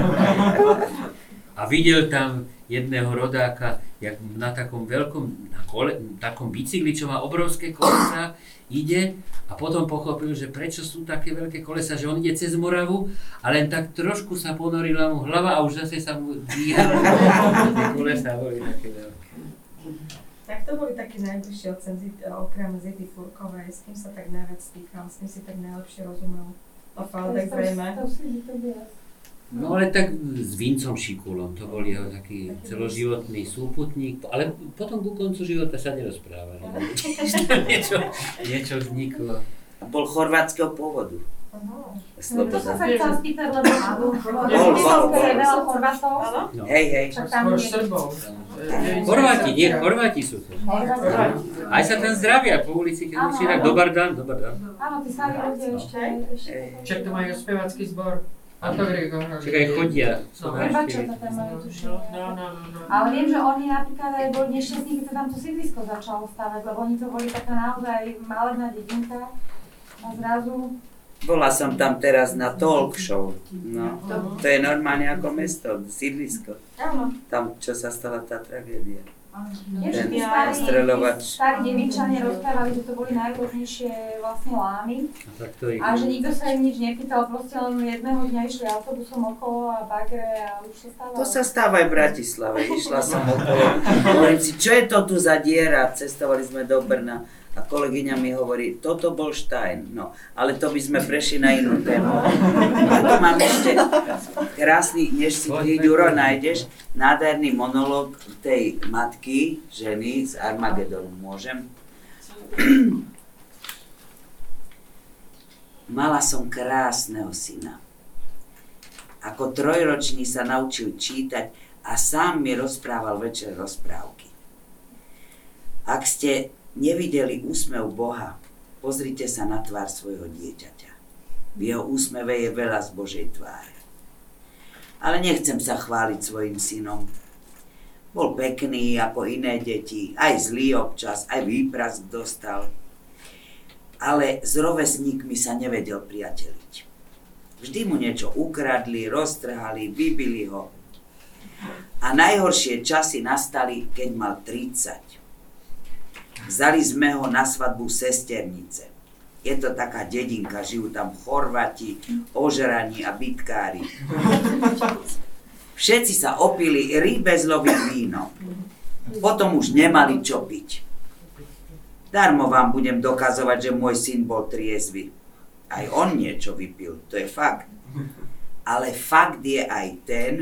a videl tam jedného rodáka, jak na takom veľkom, na kole, takom bicykli, čo má obrovské kolesa, ide a potom pochopil, že prečo sú také veľké kolesa, že on ide cez Moravu a len tak trošku sa ponorila mu hlava a už zase sa mu dvíhala. Tie kolesa boli také veľké. Tak to boli takí najbližšie od okrem Zity Furkovej, s kým sa tak najviac stýkal, s kým si tak najlepšie rozumel. O Faldek zrejme. No ale tak s Vincom Šikulom, to bol jeho taký celoživotný súputník, ale potom ku koncu života sa nerozprávali. niečo, niečo vzniklo. A bol chorvátskeho pôvodu. No to som sa chcela spýtať, lebo Bol, bol, bol. je veľa Chorvátov. No. Hej, hej. Však tam je... Chorváti, nie, Chorváti sú to. Aj sa tam zdravia po ulici, keď musí tak dobar dan, dobar dan. Áno, tí sami ľudia ešte... Však to majú spevácky zbor. A to Grego. Však aj chodia. Prebačo to tam majú tušenie. No, no, no, no. Ale viem, že oni napríklad aj boli nešťastní, keď sa tam to sídlisko začalo stavať, lebo oni to boli taká naozaj malebná dedinka a zrazu... Bola som tam teraz na talk show. No, to je normálne ako mesto, sídlisko. Áno. Tam, čo sa stala tá tragédia. Nie, že Ten tí starí, streľovač. starí Devinčania rozprávali, že to boli najrôznejšie vlastne lámy A, tak to je... a že nikto sa im nič nepýtal, proste len jedného dňa išli autobusom okolo a bagre a už sa stávalo. To sa stáva aj v Bratislave. Išla som okolo, hovorím si, čo je to tu za diera? Cestovali sme do Brna a kolegyňa mi hovorí, toto bol Štajn. No, ale to by sme prešli na inú tému. A tu mám ešte krásny, než si ty, Ďuro, nájdeš, nádherný monológ tej matky, ženy z Armagedonu. Môžem? Mala som krásneho syna. Ako trojročný sa naučil čítať a sám mi rozprával večer rozprávky. Ak ste nevideli úsmev Boha, pozrite sa na tvár svojho dieťaťa. V jeho úsmeve je veľa z Božej tváre. Ale nechcem sa chváliť svojim synom. Bol pekný ako iné deti, aj zlý občas, aj výprask dostal. Ale s rovesníkmi sa nevedel priateliť. Vždy mu niečo ukradli, roztrhali, vybili ho. A najhoršie časy nastali, keď mal tridsať. Vzali sme ho na svadbu sesternice. Je to taká dedinka, žijú tam Chorvati, ožrani a bitkári. Všetci sa opili rýbezlovým vínom. Potom už nemali čo piť. Darmo vám budem dokazovať, že môj syn bol triezvy. Aj on niečo vypil, to je fakt. Ale fakt je aj ten,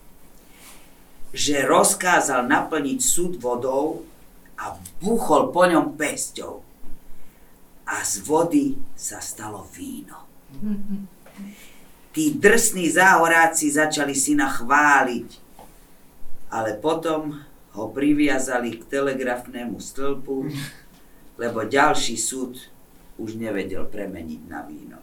že rozkázal naplniť súd vodou a buchol po ňom pesťou. A z vody sa stalo víno. Tí drsní záhoráci začali syna chváliť, ale potom ho priviazali k telegrafnému stĺpu, lebo ďalší súd už nevedel premeniť na víno.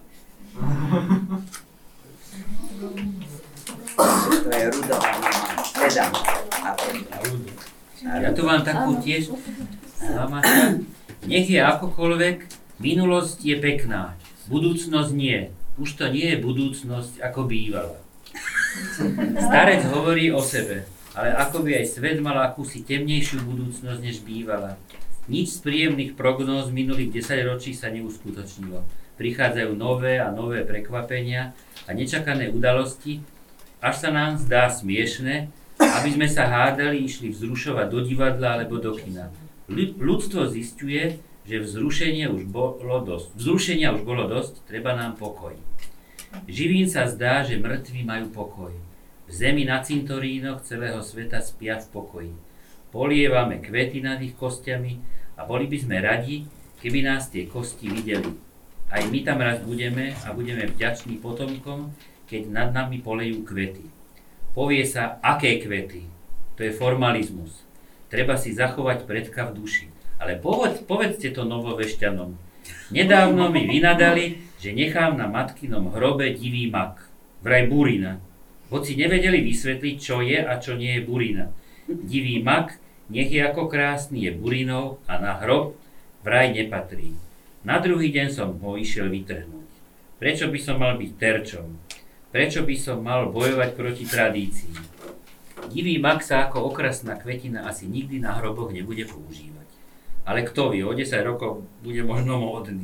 To je Rudová mama. Teda, a teda. Ja tu mám takú tiež, mamačka. Nech je akokoľvek, minulosť je pekná, budúcnosť nie. Už to nie je budúcnosť, ako bývala. Starec hovorí o sebe, ale ako by aj svet mal akúsi temnejšiu budúcnosť, než bývala. Nič z príjemných prognóz minulých desaťročí sa neuskutočnilo. Prichádzajú nové a nové prekvapenia a nečakané udalosti, až sa nám zdá smiešne, aby sme sa hádali, išli vzrušovať do divadla alebo do kina. Ľudstvo zisťuje, že vzrušenie už bolo dosť. Vzrušenia už bolo dosť, treba nám pokoj. Živým sa zdá, že mŕtvi majú pokoj. V zemi na cintorínoch celého sveta spia v pokoji. Polievame kvety nad ich kostiami a boli by sme radi, keby nás tie kosti videli. Aj my tam raz budeme a budeme vďační potomkom, keď nad nami polejú kvety. Povie sa, aké kvety. To je formalizmus. Treba si zachovať predka v duši. Ale povedz, povedzte to novovešťanom. Nedávno mi vynadali, že nechám na matkinom hrobe divý mak. Vraj burina. Hoci nevedeli vysvetliť, čo je a čo nie je burina. Divý mak, nech je ako krásny, je burinou a na hrob vraj nepatrí. Na druhý deň som ho išiel vytrhnúť. Prečo by som mal byť terčom? Prečo by som mal bojovať proti tradícii? Divý mak sa ako okrasná kvetina asi nikdy na hroboch nebude používať. Ale kto vie, o desať rokov bude možno módny.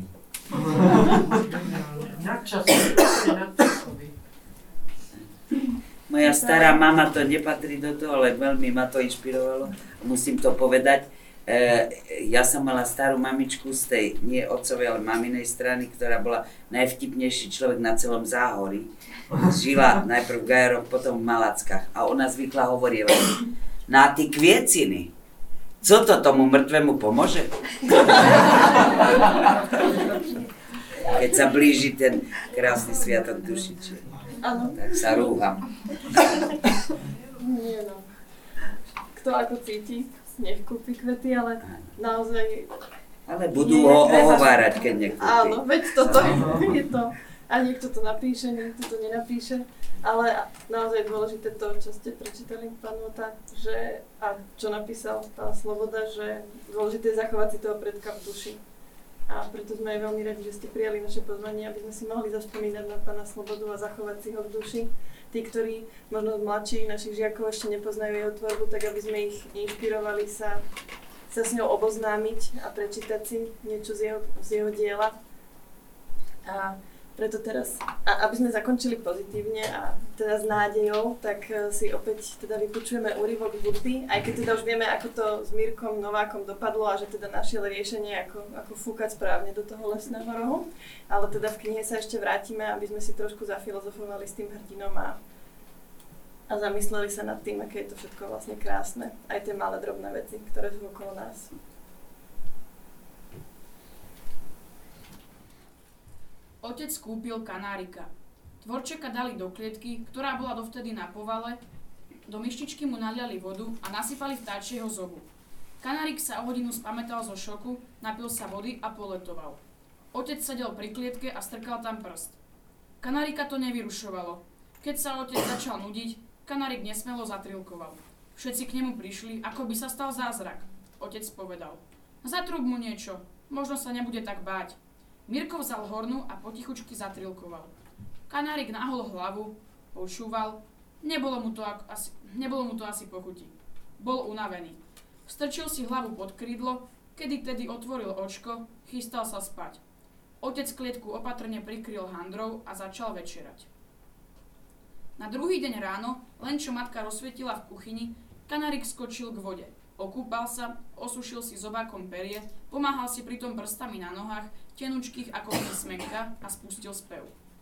Moja stará mama to nepatrí do toho, ale veľmi ma to inšpirovalo. Musím to povedať. E, ja som mala starú mamičku z tej, nie otcovej, ale maminej strany, ktorá bola najvtipnejší človek na celom Záhorí. Žila najprv v Gajeroch, potom v Malackách. A ona zvykla hovorievať, na ty kvieciny, co to tomu mŕtvemu pomôže? Keď sa blíži ten krásny sviatok dušiče, tak sa rúham. Nie no. Kto ako cíti, nech kúpi kvety, ale naozaj... Ale budú ho ohovárať, keď nekúpi. Áno, veď toto je to. A niekto to napíše, niekto to nenapíše. Ale naozaj je dôležité to, čo ste prečítali, pán Vota, že, a čo napísal pán Sloboda, že dôležité je zachovať si toho predka v duši. A preto sme aj veľmi radi, že ste prijali naše pozvanie, aby sme si mohli zaspomínať na pána Slobodu a zachovať si ho v duši. Tí, ktorí možno mladší našich žiakov ešte nepoznajú jeho tvorbu, tak aby sme ich inšpirovali sa, sa s ňou oboznámiť a prečítať si niečo z jeho, z jeho diela. A preto teraz, a aby sme zakončili pozitívne a teda s nádejou, tak si opäť teda vypočujeme úryvok hudby, aj keď teda už vieme, ako to s Mírkom Novákom dopadlo a že teda našiel riešenie, ako, ako fúkať správne do toho lesného rohu. Ale teda v knihe sa ešte vrátime, aby sme si trošku zafilozofovali s tým hrdinom a, a zamysleli sa nad tým, aké je to všetko vlastne krásne. Aj tie malé drobné veci, ktoré sú okolo nás. Otec kúpil kanárika. Tvorčeka dali do klietky, ktorá bola dovtedy na povale, do myštičky mu naliali vodu a nasypali vtáčieho zobu. Kanárik sa o hodinu spamätal zo šoku, napil sa vody a poletoval. Otec sedel pri klietke a strkal tam prst. Kanárika to nevyrušovalo. Keď sa otec začal nudiť, kanárik nesmelo zatrilkoval. Všetci k nemu prišli, ako by sa stal zázrak. Otec povedal, zatrúb mu niečo, možno sa nebude tak báť. Mirko vzal hornu a potichučky zatrilkoval. Kanárik nahol hlavu, počúval, nebolo mu to, asi, nebolo mu to asi pochutí. Bol unavený. Strčil si hlavu pod krídlo, kedy tedy otvoril očko, chystal sa spať. Otec klietku opatrne prikryl handrou a začal večerať. Na druhý deň ráno, len čo matka rozsvietila v kuchyni, kanárik skočil k vode. Okúpal sa, osušil si zobákom perie, pomáhal si pritom prstami na nohách, tenučkých ako písmenka a spustil spev.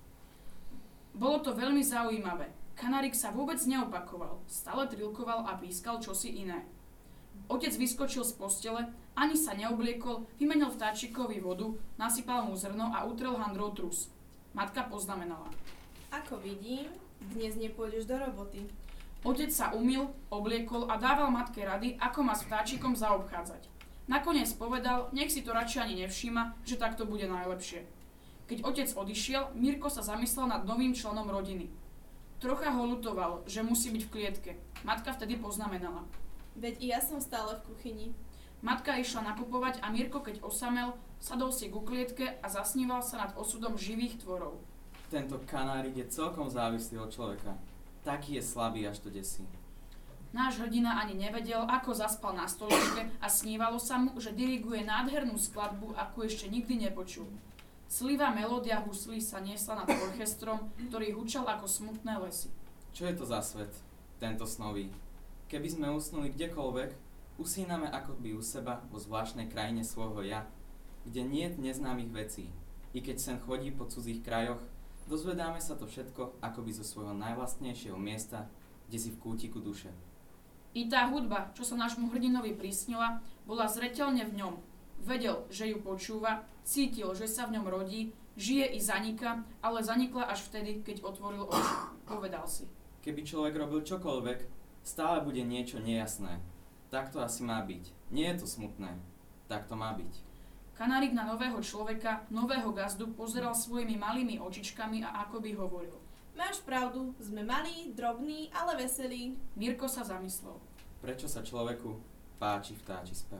Bolo to veľmi zaujímavé. Kanarik sa vôbec neopakoval, stále trilkoval a pískal čosi iné. Otec vyskočil z postele, ani sa neobliekol, vymenil vtáčikovi vodu, nasypal mu zrno a utrel handrou trus. Matka poznamenala. Ako vidím, dnes nepôjdeš do roboty. Otec sa umyl, obliekol a dával matke rady, ako má s vtáčikom zaobchádzať. Nakoniec povedal, nech si to radšej ani nevšíma, že takto bude najlepšie. Keď otec odišiel, Mirko sa zamyslel nad novým členom rodiny. Trocha ho ľutoval, že musí byť v klietke. Matka vtedy poznamenala. Veď i ja som stále v kuchyni. Matka išla nakupovať a Mirko, keď osamel, sadol si ku klietke a zasníval sa nad osudom živých tvorov. Tento kanárik je celkom závislý od človeka. Taký je slabý, až to desí. Náš hrdina ani nevedel, ako zaspal na stoličke a snívalo sa mu, že diriguje nádhernú skladbu, akú ešte nikdy nepočul. Slivá melódia huslí sa niesla nad orchestrom, ktorý hučal ako smutné lesy. Čo je to za svet, tento snový? Keby sme usnuli kdekoľvek, usíname akoby u seba vo zvláštnej krajine svojho ja, kde niet neznámych vecí. I keď sen chodí po cudzích krajoch, dozvedáme sa to všetko akoby zo svojho najvlastnejšieho miesta, kde si v kútiku duše. I tá hudba, čo sa nášmu hrdinovi prísnila, bola zreteľne v ňom. Vedel, že ju počúva, cítil, že sa v ňom rodí, žije i zanika, ale zanikla až vtedy, keď otvoril oči. Povedal si. Keby človek robil čokoľvek, stále bude niečo nejasné. Tak to asi má byť. Nie je to smutné. Tak to má byť. Kanárik na nového človeka, nového gazdu pozeral svojimi malými očičkami a akoby hovoril. Máš pravdu, sme malí, drobní, ale veselí. Mirko sa zamyslel. Prečo sa človeku páči vtáči spev?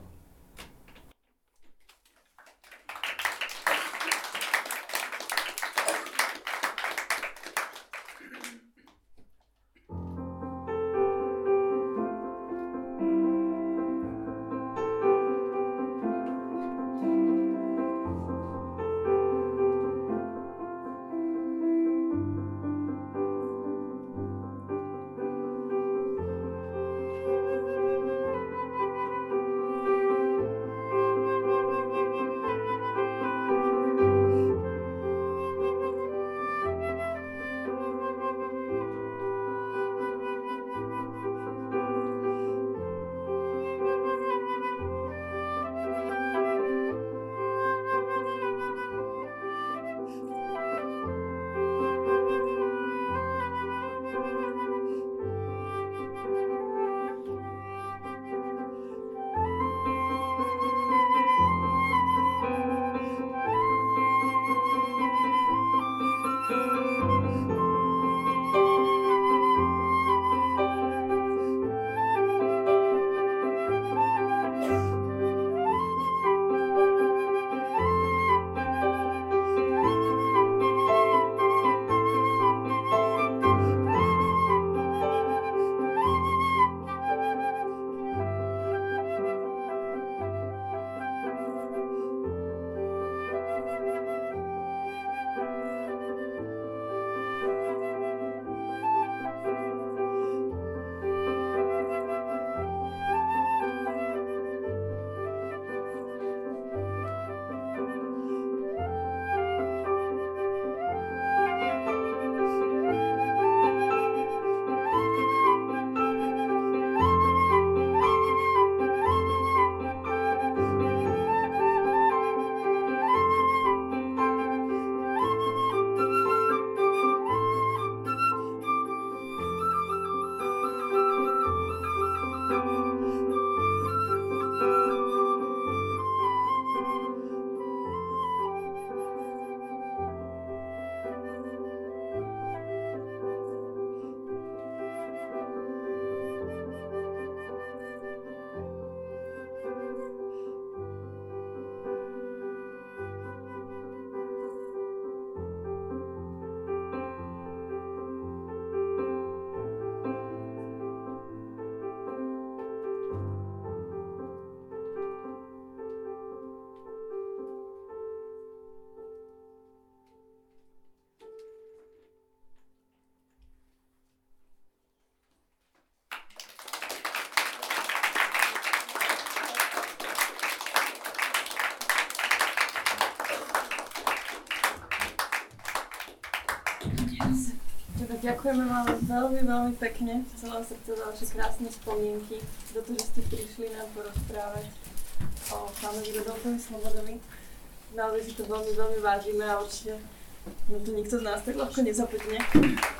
Teda ďakujeme vám veľmi, veľmi pekne z celého srdca za vaše krásne spomienky, za to, že ste prišli nám porozprávať o pánovi Rudolfovi Slobodovi. Naozaj si to veľmi, veľmi vážime a určite no to nikto z nás tak ľahko nezapotne.